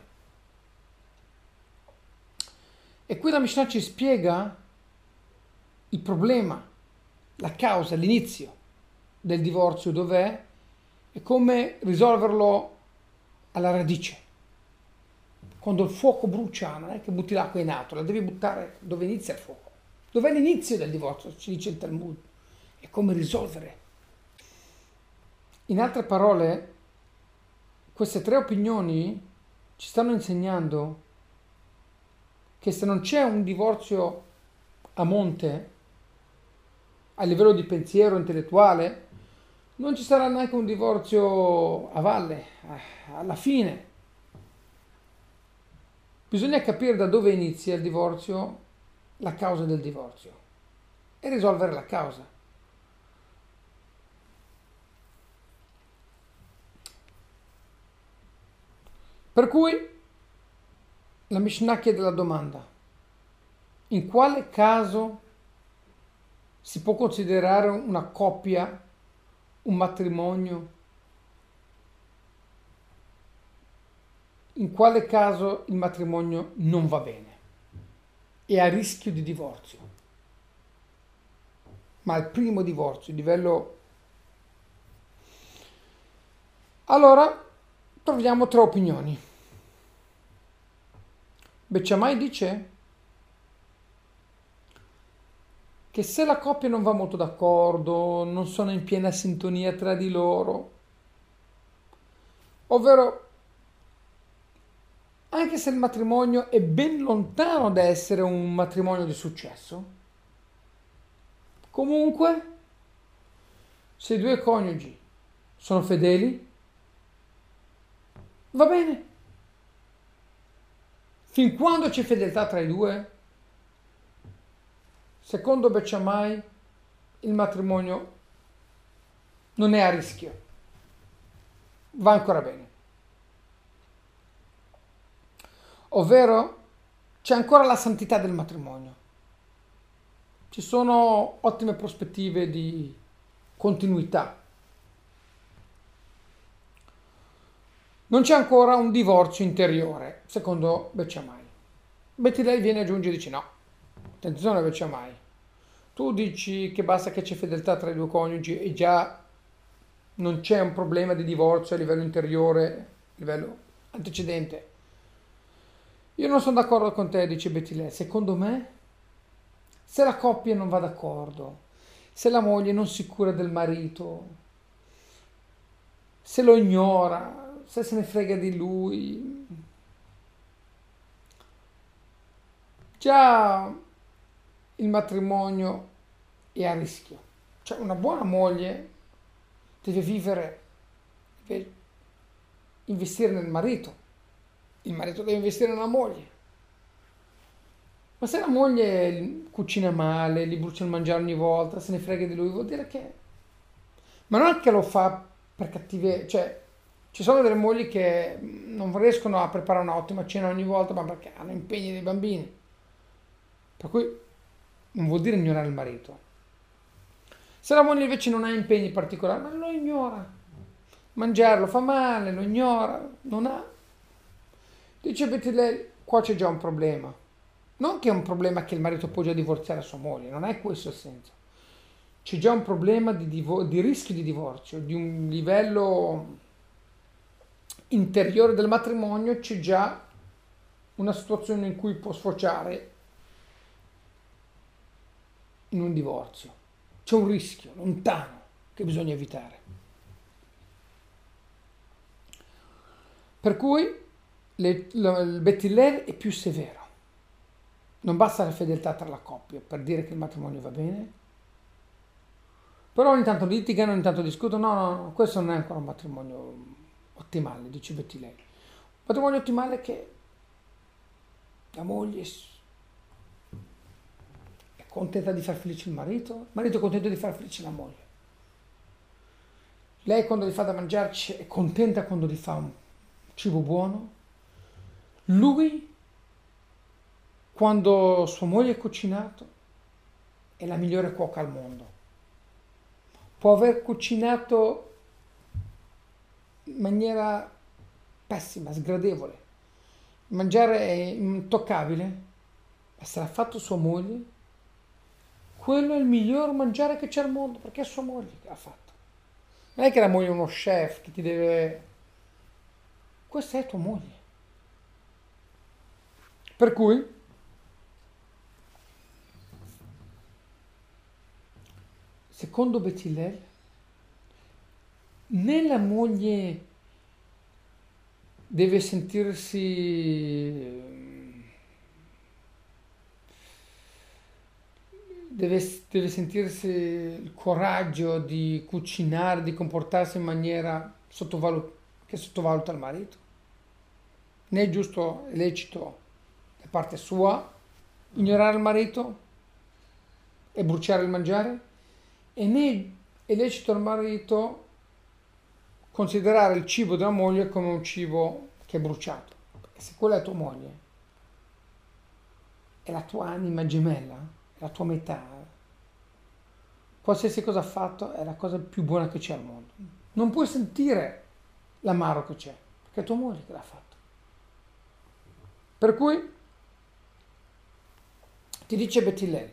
E qui la Mishnah ci spiega il problema, la causa, l'inizio del divorzio dov'è e come risolverlo alla radice. Quando il fuoco brucia, non è che butti l'acqua in alto, la devi buttare dove inizia il fuoco. Dov'è l'inizio del divorzio, ci dice il Talmud, e come risolvere. In altre parole, queste tre opinioni ci stanno insegnando che se non c'è un divorzio a monte, a livello di pensiero intellettuale, non ci sarà neanche un divorzio a valle, alla fine. Bisogna capire da dove inizia il divorzio, la causa del divorzio, e risolvere la causa. Per cui la Mishnah chiede la domanda: in quale caso si può considerare una coppia, un matrimonio? In quale caso il matrimonio non va bene? È a rischio di divorzio. Ma il primo divorzio, il livello Allora, troviamo tre opinioni. Bet Shammai dice che se la coppia non va molto d'accordo, non sono in piena sintonia tra di loro, ovvero anche se il matrimonio è ben lontano da essere un matrimonio di successo, comunque se i due coniugi sono fedeli, va bene. Fin quando c'è fedeltà tra i due, secondo Bet Shammai, il matrimonio non è a rischio, va ancora bene. Ovvero c'è ancora la santità del matrimonio. Ci sono ottime prospettive di continuità. Non c'è ancora un divorzio interiore, secondo Bet Shammai. Bet Hillel viene e aggiunge e dice no, attenzione Bet Shammai, tu dici che basta che c'è fedeltà tra i due coniugi e già non c'è un problema di divorzio a livello interiore, a livello antecedente. Io non sono d'accordo con te, dice Bet Hillel. Secondo me, se la coppia non va d'accordo, se la moglie non si cura del marito, se lo ignora, se ne frega di lui, già il matrimonio è a rischio. Cioè una buona moglie deve vivere, deve investire nel marito, il marito deve investire nella moglie. Ma se la moglie cucina male, gli brucia il mangiare ogni volta, se ne frega di lui, vuol dire che... Ma non è che lo fa per cattiveria, cioè ci sono delle mogli che non riescono a preparare un'ottima cena ogni volta, ma perché hanno impegni dei bambini. Per cui non vuol dire ignorare il marito. Se la moglie invece non ha impegni particolari, ma lo ignora. Mangiare lo fa male, lo ignora, non ha. Dice Bet Hillel, qua c'è già un problema. Non che è un problema che il marito può già divorziare sua moglie, non è questo il senso. C'è già un problema di rischio di divorzio, di un livello interiore del matrimonio, c'è già una situazione in cui può sfociare in un divorzio. C'è un rischio lontano che bisogna evitare. Per cui il Bet Hillel è più severo. Non basta la fedeltà tra la coppia per dire che il matrimonio va bene, però ogni tanto litigano, ogni tanto discutono. No, questo non è ancora un matrimonio ottimale, dice Bet Hillel. Un matrimonio ottimale è che la moglie è contenta di far felice il marito è contento di far felice la moglie. Lei quando gli fa da mangiarci è contenta quando gli fa un cibo buono. Lui, quando sua moglie ha cucinato, è la migliore cuoca al mondo. Può aver cucinato in maniera pessima, sgradevole. Il mangiare è intoccabile, ma se l'ha fatto sua moglie, quello è il miglior mangiare che c'è al mondo, perché è sua moglie che l'ha fatto. Non è che la moglie è uno chef che ti deve... Questa è tua moglie. Per cui secondo Bet Hillel, né la moglie deve sentirsi deve sentirsi il coraggio di cucinare, di comportarsi in maniera che sottovaluta il marito. Né è giusto e lecito da parte sua ignorare il marito e bruciare il mangiare, e né è lecito al marito considerare il cibo della moglie come un cibo che è bruciato. Perché se quella è tua moglie, è la tua anima gemella, è la tua metà, qualsiasi cosa ha fatto è la cosa più buona che c'è al mondo. Non puoi sentire l'amaro che c'è, perché è tua moglie che l'ha fatto. Per cui ti dice Bet Hillel,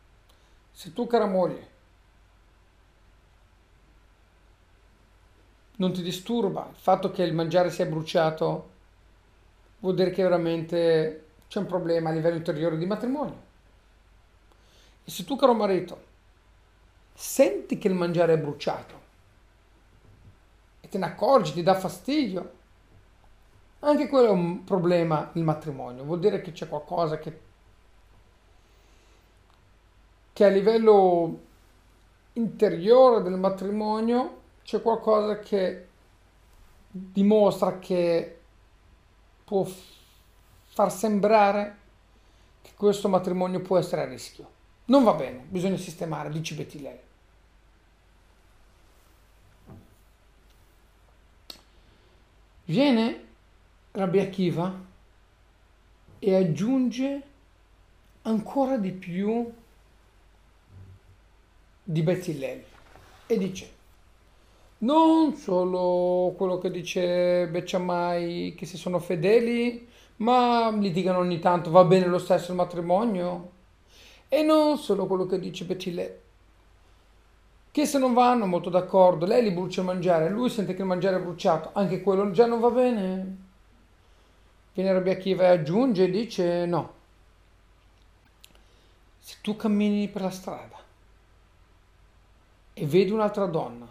se tu, cara moglie, non ti disturba, il fatto che il mangiare sia bruciato vuol dire che veramente c'è un problema a livello interiore di matrimonio. E se tu, caro marito, senti che il mangiare è bruciato e te ne accorgi, ti dà fastidio, anche quello è un problema nel matrimonio, vuol dire che c'è qualcosa che a livello interiore del matrimonio c'è qualcosa che dimostra che può far sembrare che questo matrimonio può essere a rischio. Non va bene, bisogna sistemare, dice Betilei. Viene Rabbi Akiva e aggiunge ancora di più di Bet Hillel e dice non solo quello che dice Bet Shammai che se sono fedeli ma litigano ogni tanto, va bene lo stesso il matrimonio, e non solo quello che dice Bet Hillel che se non vanno molto d'accordo, lei li brucia il mangiare, lui sente che il mangiare è bruciato, anche quello già non va bene. Viene Rabbi Akiva e aggiunge e dice no, se tu cammini per la strada e vedi un'altra donna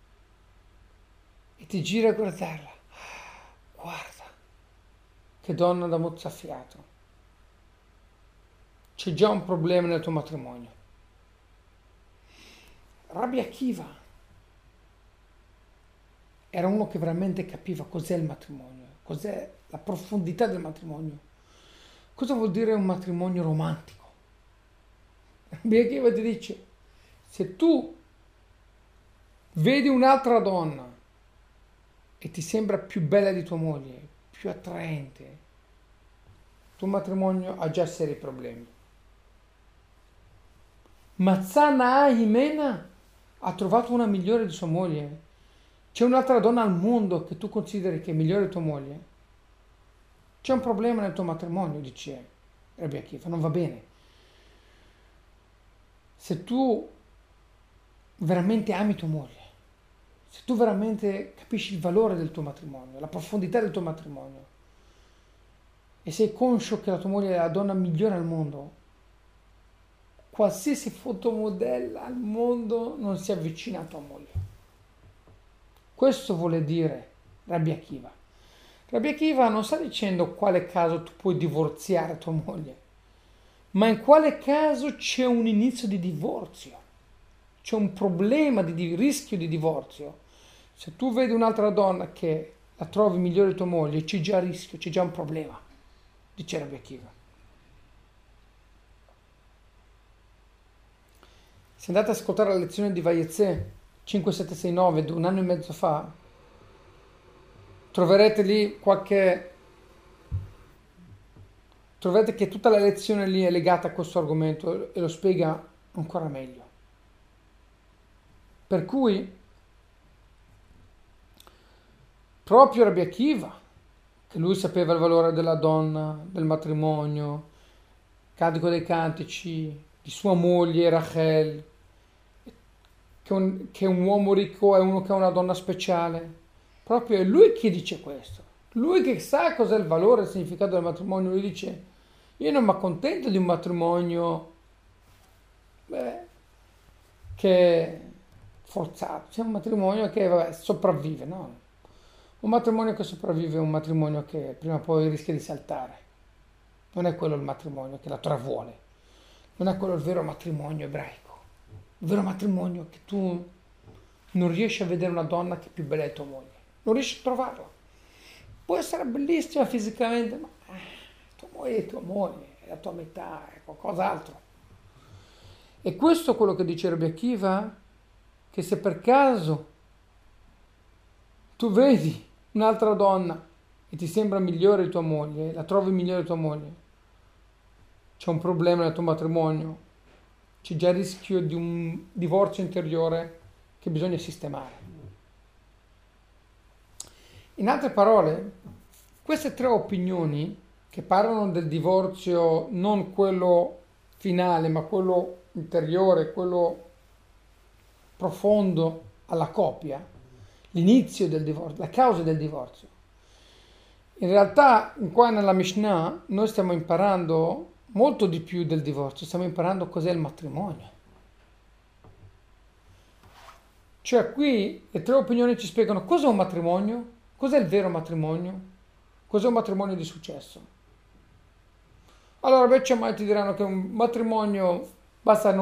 e ti giri a guardarla, guarda che donna da mozzafiato, c'è già un problema nel tuo matrimonio. Rabbi Akiva era uno che veramente capiva cos'è il matrimonio, cos'è la profondità del matrimonio, cosa vuol dire un matrimonio romantico. Rabbi Akiva ti dice, se tu vedi un'altra donna e ti sembra più bella di tua moglie, più attraente, il tuo matrimonio ha già seri problemi. Mazzana Himena ha trovato una migliore di sua moglie. C'è un'altra donna al mondo che tu consideri che è migliore di tua moglie. C'è un problema nel tuo matrimonio, dice Rabbi Akiva, non va bene. Se tu veramente ami tua moglie, se tu veramente capisci il valore del tuo matrimonio, la profondità del tuo matrimonio, e sei conscio che la tua moglie è la donna migliore al mondo, qualsiasi fotomodella al mondo non si avvicina a tua moglie. Questo vuole dire Rabbi Akiva. Rabbi Akiva non sta dicendo quale caso tu puoi divorziare tua moglie, ma in quale caso c'è un inizio di divorzio, c'è un problema di rischio di divorzio. Se tu vedi un'altra donna che la trovi migliore di tua moglie, c'è già rischio, c'è già un problema, dice Rabbi Akiva. Se andate ad ascoltare la lezione di Vayetze 5769 di un anno e mezzo fa, troverete lì troverete che tutta la lezione lì è legata a questo argomento e lo spiega ancora meglio. Per cui proprio Rabbi Akiva, che lui sapeva il valore della donna, del matrimonio, Cantico dei Cantici, di sua moglie Rachel, che un uomo ricco è uno che ha una donna speciale. Proprio è lui che dice questo. Lui che sa cos'è il valore e il significato del matrimonio. Lui dice, io non mi accontento di un matrimonio che è forzato. C'è un matrimonio che sopravvive, no? Un matrimonio che sopravvive è un matrimonio che prima o poi rischia di saltare. Non è quello il matrimonio che la Torah vuole. Non è quello il vero matrimonio ebraico. Il vero matrimonio che tu non riesci a vedere una donna che è più bella di tua moglie. Non riesci a trovarla. Può essere bellissima fisicamente, ma tua moglie è tua moglie, è la tua metà, è qualcos'altro. E questo è quello che dice Rabbi Akiva, che se per caso tu vedi un'altra donna e ti sembra migliore di tua moglie, la trovi migliore di tua moglie, c'è un problema nel tuo matrimonio, c'è già il rischio di un divorzio interiore che bisogna sistemare. In altre parole, queste tre opinioni che parlano del divorzio, non quello finale, ma quello interiore, quello profondo alla coppia, l'inizio del divorzio, la causa del divorzio. In realtà, qua nella Mishnah, noi stiamo imparando molto di più del divorzio, stiamo imparando cos'è il matrimonio. Cioè qui le tre opinioni ci spiegano cos'è un matrimonio, cos'è il vero matrimonio, cos'è un matrimonio di successo. Allora invece mai ti diranno che un matrimonio basta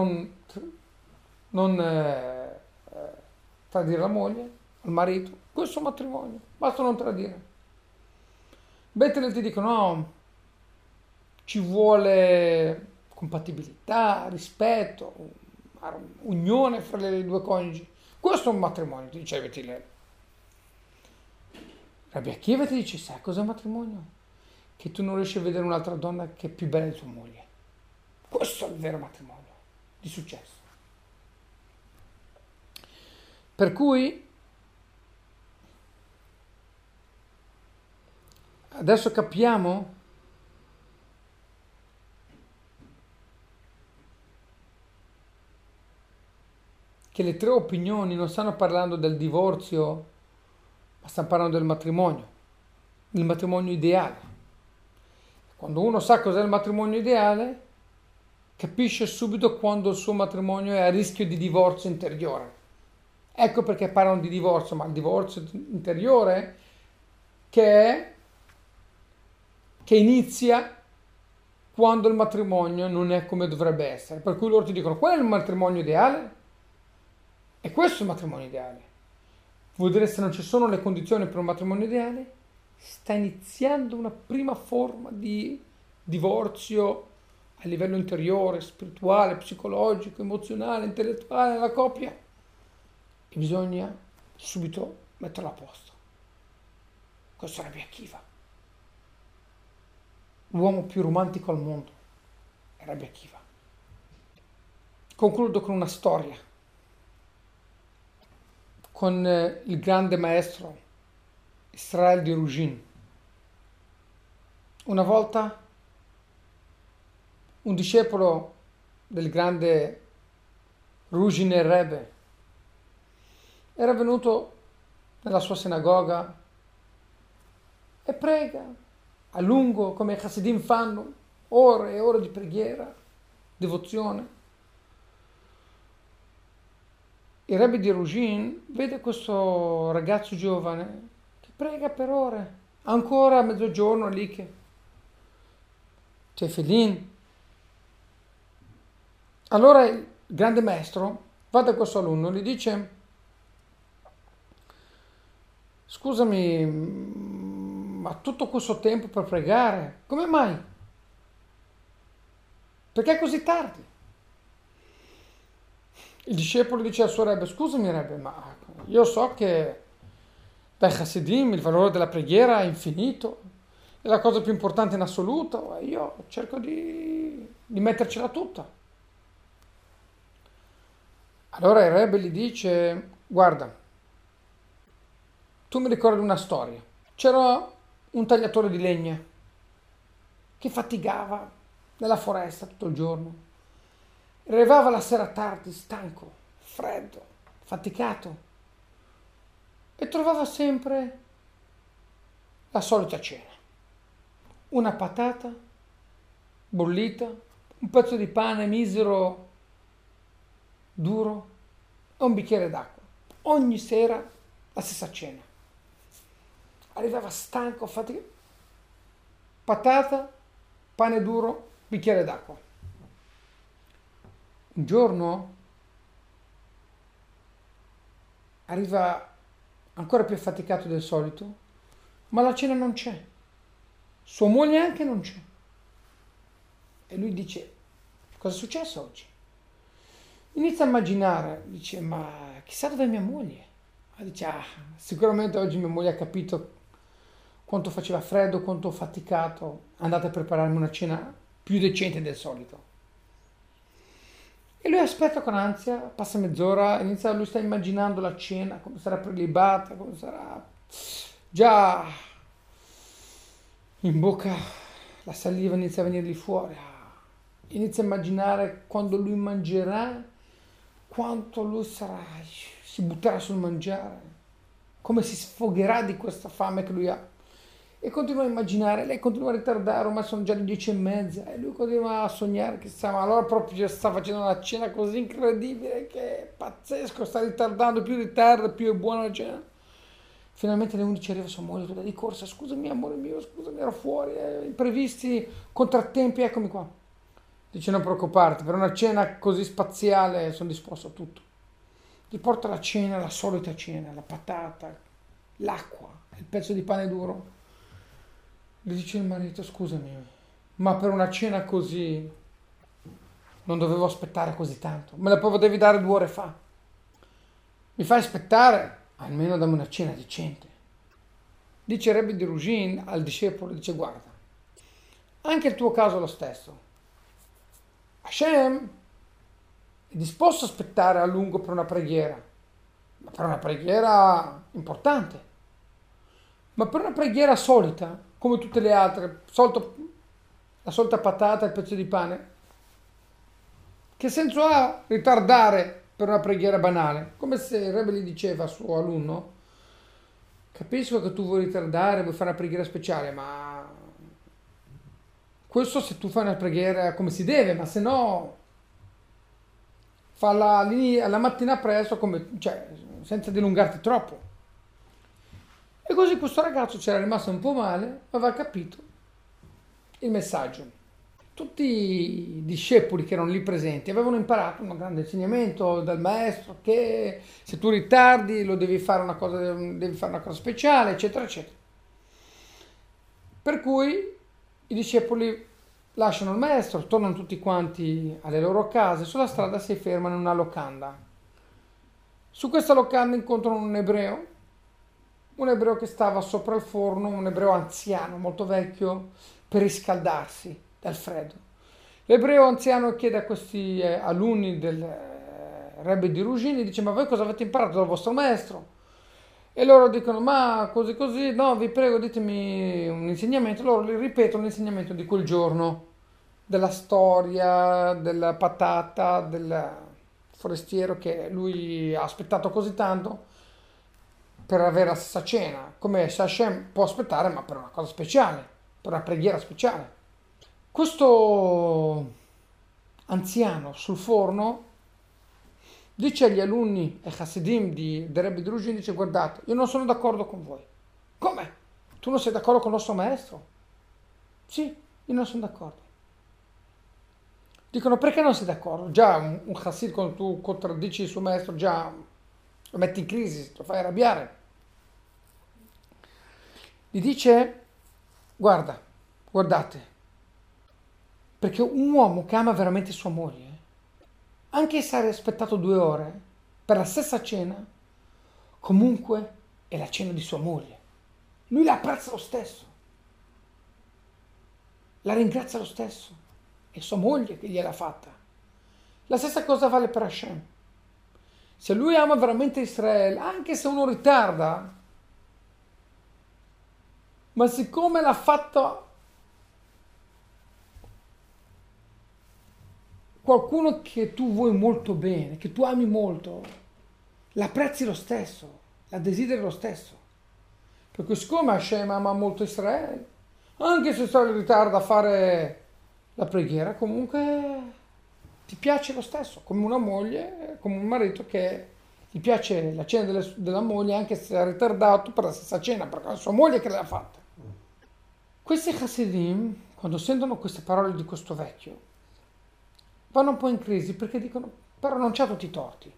non tradire la moglie, il marito, questo è un matrimonio, basta non tradire. Betel ti dicono no, ci vuole compatibilità, rispetto, unione fra le due coniugi. Questo è un matrimonio, ti dice Betel. Rabbi Akiva ti dice, sai cos'è un matrimonio? Che tu non riesci a vedere un'altra donna che è più bella di tua moglie. Questo è il vero matrimonio di successo. Per cui adesso capiamo che le tre opinioni non stanno parlando del divorzio, ma stanno parlando del matrimonio ideale. Quando uno sa cos'è il matrimonio ideale, capisce subito quando il suo matrimonio è a rischio di divorzio interiore. Ecco perché parlano di divorzio, ma il divorzio interiore che inizia quando il matrimonio non è come dovrebbe essere. Per cui loro ti dicono, qual è il matrimonio ideale? E questo è il matrimonio ideale. Vuol dire se non ci sono le condizioni per un matrimonio ideale, sta iniziando una prima forma di divorzio a livello interiore, spirituale, psicologico, emozionale, intellettuale nella coppia. E bisogna subito metterlo a posto. Questo è Rabbi Akiva. L'uomo più romantico al mondo è Rabbi Akiva. Concludo con una storia, con il grande maestro Israel di Ruzhin. Una volta un discepolo del grande Ruzhin Rebbe era venuto nella sua sinagoga e prega a lungo, come i Hasidim fanno, ore e ore di preghiera, devozione. Il Rebbe di Ruzhin vede questo ragazzo giovane che prega per ore, ancora a mezzogiorno lì che Tefillin. Allora il grande maestro va da questo alunno e gli dice: scusami, ma tutto questo tempo per pregare, come mai? Perché così tardi? Il discepolo dice al suo Rebbe: scusami Rebbe, ma io so che dai Hasidim il valore della preghiera è infinito, è la cosa più importante in assoluto, e io cerco di mettercela tutta. Allora il Rebbe gli dice: guarda, tu mi ricordi una storia. C'era un tagliatore di legna che faticava nella foresta tutto il giorno. Arrivava la sera tardi, stanco, freddo, faticato, e trovava sempre la solita cena. Una patata bollita, un pezzo di pane misero, duro e un bicchiere d'acqua. Ogni sera la stessa cena. Arrivava stanco, faticato, patata, pane duro, bicchiere d'acqua. Un giorno arriva ancora più affaticato del solito, ma la cena non c'è. Sua moglie anche non c'è. E lui dice: cosa è successo oggi? Inizia a immaginare, dice: ma chissà dov'è mia moglie? Ma dice: sicuramente oggi mia moglie ha capito quanto faceva freddo, quanto ho faticato, andate a prepararmi una cena più decente del solito. E lui aspetta con ansia, passa mezz'ora, lui sta immaginando la cena, come sarà prelibata, come sarà già in bocca, la saliva inizia a venirgli fuori. Inizia a immaginare quando lui mangerà, quanto lui si butterà sul mangiare. come si sfogherà di questa fame che lui ha. E continua a immaginare, lei continua a ritardare, ormai sono già le 10:30 e lui continua a sognare che ma allora proprio sta facendo una cena così incredibile che è pazzesco, sta ritardando, più ritarda più è buona la cena. Finalmente alle 11 arriva sua moglie tutta di corsa, scusami amore mio, scusami ero fuori, imprevisti, contrattempi, eccomi qua. Dice non preoccuparti, per una cena così spaziale sono disposto a tutto. Gli porta la cena, la solita cena, la patata, l'acqua, il pezzo di pane duro. Gli dice il marito, scusami, ma per una cena così non dovevo aspettare così tanto. Me la potevi dare 2 ore fa. Mi fai aspettare? Almeno dammi una cena decente. Dice Rebbe di Rugin al discepolo, dice guarda, anche il tuo caso è lo stesso. Hashem è disposto a aspettare a lungo per una preghiera, ma per una preghiera importante. Ma per una preghiera solita, come tutte le altre, la solita patata e il pezzo di pane, che senso ha ritardare per una preghiera banale? Come se il Rebbe gli diceva al suo alunno, capisco che tu vuoi ritardare, vuoi fare una preghiera speciale, ma questo se tu fai una preghiera come si deve, ma se no falla lì alla mattina presto, senza dilungarti troppo. E così questo ragazzo c'era rimasto un po' male, aveva capito il messaggio. Tutti i discepoli che erano lì presenti avevano imparato un grande insegnamento dal maestro che se tu ritardi devi fare una cosa speciale, eccetera, eccetera. Per cui i discepoli lasciano il maestro, tornano tutti quanti alle loro case, sulla strada si fermano in una locanda. Su questa locanda incontrano un ebreo che stava sopra il forno, un ebreo anziano, molto vecchio, per riscaldarsi dal freddo. L'ebreo anziano chiede a questi alunni del Rebbe di Rugini, dice ma voi cosa avete imparato dal vostro maestro? E loro dicono ma così così, no vi prego ditemi un insegnamento, loro gli ripetono l'insegnamento di quel giorno, della storia, della patata, del forestiero che lui ha aspettato così tanto per avere la stessa cena, come se Hashem può aspettare ma per una cosa speciale, per una preghiera speciale. Questo anziano sul forno dice agli alunni e Hasidim di Rebbe di Rugin, dice guardate, io non sono d'accordo con voi. Come? Tu non sei d'accordo con il nostro maestro? Sì, io non sono d'accordo. Dicono perché non sei d'accordo? Già un Hasid quando tu contraddici il suo maestro già lo metti in crisi, lo fai arrabbiare. Gli dice guardate, perché un uomo che ama veramente sua moglie, anche se ha aspettato 2 ore per la stessa cena, comunque è la cena di sua moglie. Lui la apprezza lo stesso, la ringrazia lo stesso, è sua moglie che gliel'ha fatta. La stessa cosa vale per Hashem. Se lui ama veramente Israele, anche se uno ritarda, ma siccome l'ha fatta qualcuno che tu vuoi molto bene, che tu ami molto, l'apprezzi lo stesso, la desideri lo stesso. Perché siccome Hashem ama molto Israele, anche se Israele ritarda a fare la preghiera, comunque ti piace lo stesso, come una moglie, come un marito che gli piace la cena della moglie anche se ha ritardato per la stessa cena, perché è la sua moglie che l'ha fatta. Questi Hasidim, quando sentono queste parole di questo vecchio, vanno un po' in crisi perché dicono, però non c'ha tutti i torti.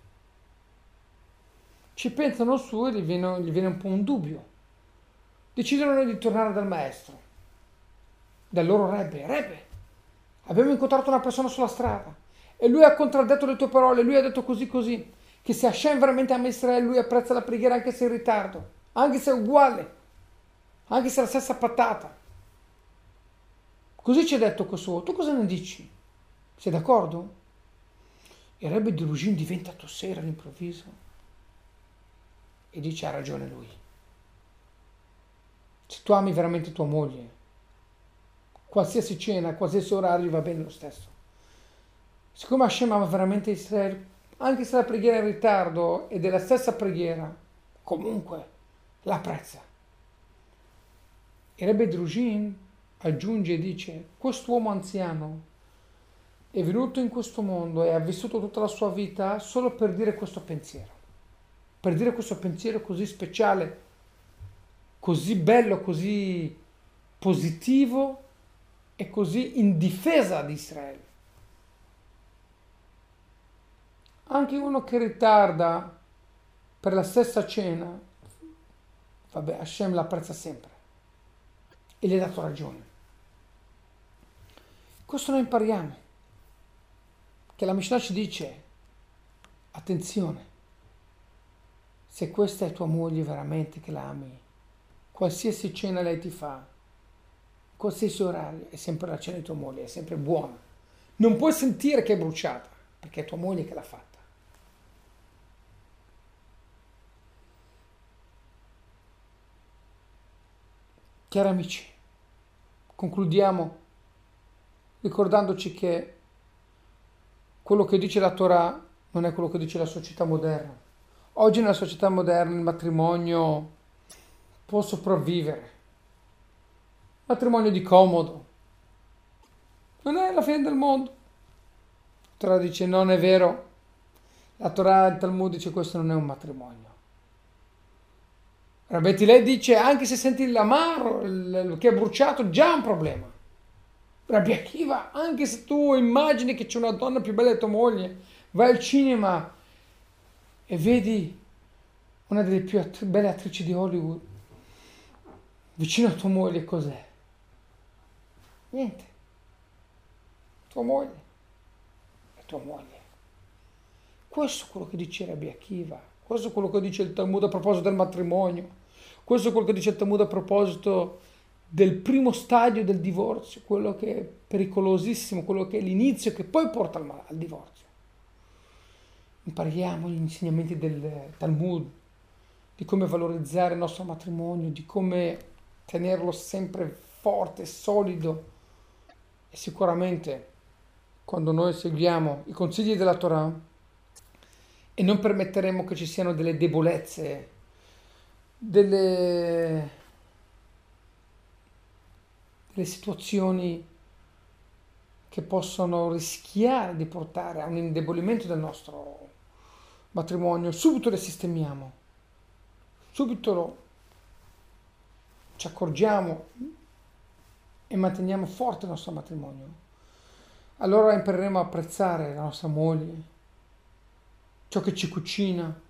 Ci pensano su e gli viene un po' un dubbio. Decidono di tornare dal maestro, dal loro Rebbe, abbiamo incontrato una persona sulla strada e lui ha contraddetto le tue parole, lui ha detto così, che se Hashem veramente ama Israele, lui apprezza la preghiera anche se è in ritardo, anche se è uguale, anche se è la stessa patata. Così ci ha detto questo, tu cosa ne dici? Sei d'accordo? Il Rebbe di Rugin diventa tossere all'improvviso e dice ha ragione lui. Se tu ami veramente tua moglie, qualsiasi cena, qualsiasi orario va bene lo stesso. Siccome Hashem ama veramente Israele, anche se la preghiera è in ritardo ed è la stessa preghiera, comunque l'apprezza. Il Rebbe Druzhin aggiunge e dice: quest'uomo anziano è venuto in questo mondo e ha vissuto tutta la sua vita solo per dire questo pensiero così speciale, così bello, così positivo e così in difesa di Israele. Anche uno che ritarda per la stessa cena, vabbè, Hashem l'apprezza sempre e gli ha dato ragione. Questo noi impariamo, che la Mishnah ci dice: attenzione, se questa è tua moglie veramente che la ami, qualsiasi cena lei ti fa, qualsiasi orario, è sempre la cena di tua moglie, è sempre buona. Non puoi sentire che è bruciata, perché è tua moglie che l'ha fatta. Cari amici, concludiamo ricordandoci che quello che dice la Torah non è quello che dice la società moderna. Oggi nella società moderna il matrimonio può sopravvivere. Matrimonio di comodo. Non è la fine del mondo. La Torah dice non è vero. La Torah, il Talmud dice questo non è un matrimonio. Rabbi Hillel dice anche se senti l'amaro, che è bruciato, già è un problema. Rabbi Akiva, anche se tu immagini che c'è una donna più bella di tua moglie, vai al cinema e vedi una delle più belle attrici di Hollywood vicino a tua moglie, cos'è? Niente. Tua moglie è tua moglie. Questo è quello che dice Rabbi Akiva, questo è quello che dice il Talmud a proposito del matrimonio, questo è quello che dice il Talmud a proposito del primo stadio del divorzio, quello che è pericolosissimo, quello che è l'inizio che poi porta al divorzio. Impariamo gli insegnamenti del Talmud, di come valorizzare il nostro matrimonio, di come tenerlo sempre forte, solido, e sicuramente quando noi seguiamo i consigli della Torah e non permetteremo che ci siano delle debolezze, delle situazioni che possono rischiare di portare a un indebolimento del nostro matrimonio, subito le sistemiamo, subito ci accorgiamo e manteniamo forte il nostro matrimonio. Allora impareremo a apprezzare la nostra moglie, ciò che ci cucina,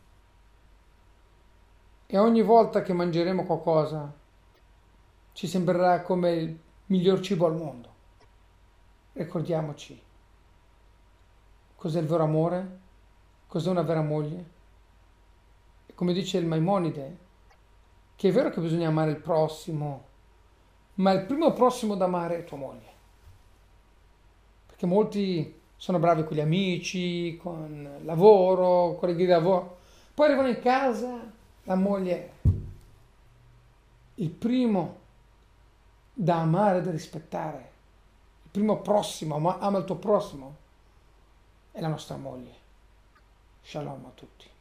e ogni volta che mangeremo qualcosa ci sembrerà come il miglior cibo al mondo. Ricordiamoci cos'è il vero amore, cos'è una vera moglie. E come dice il Maimonide, che è vero che bisogna amare il prossimo, ma il primo prossimo da amare è tua moglie. Perché molti sono bravi con gli amici, con il lavoro, con le di lavoro. Poi arrivano in casa, la moglie è il primo da amare e da rispettare. Il primo prossimo, ama il tuo prossimo, è la nostra moglie. Shalom a tutti.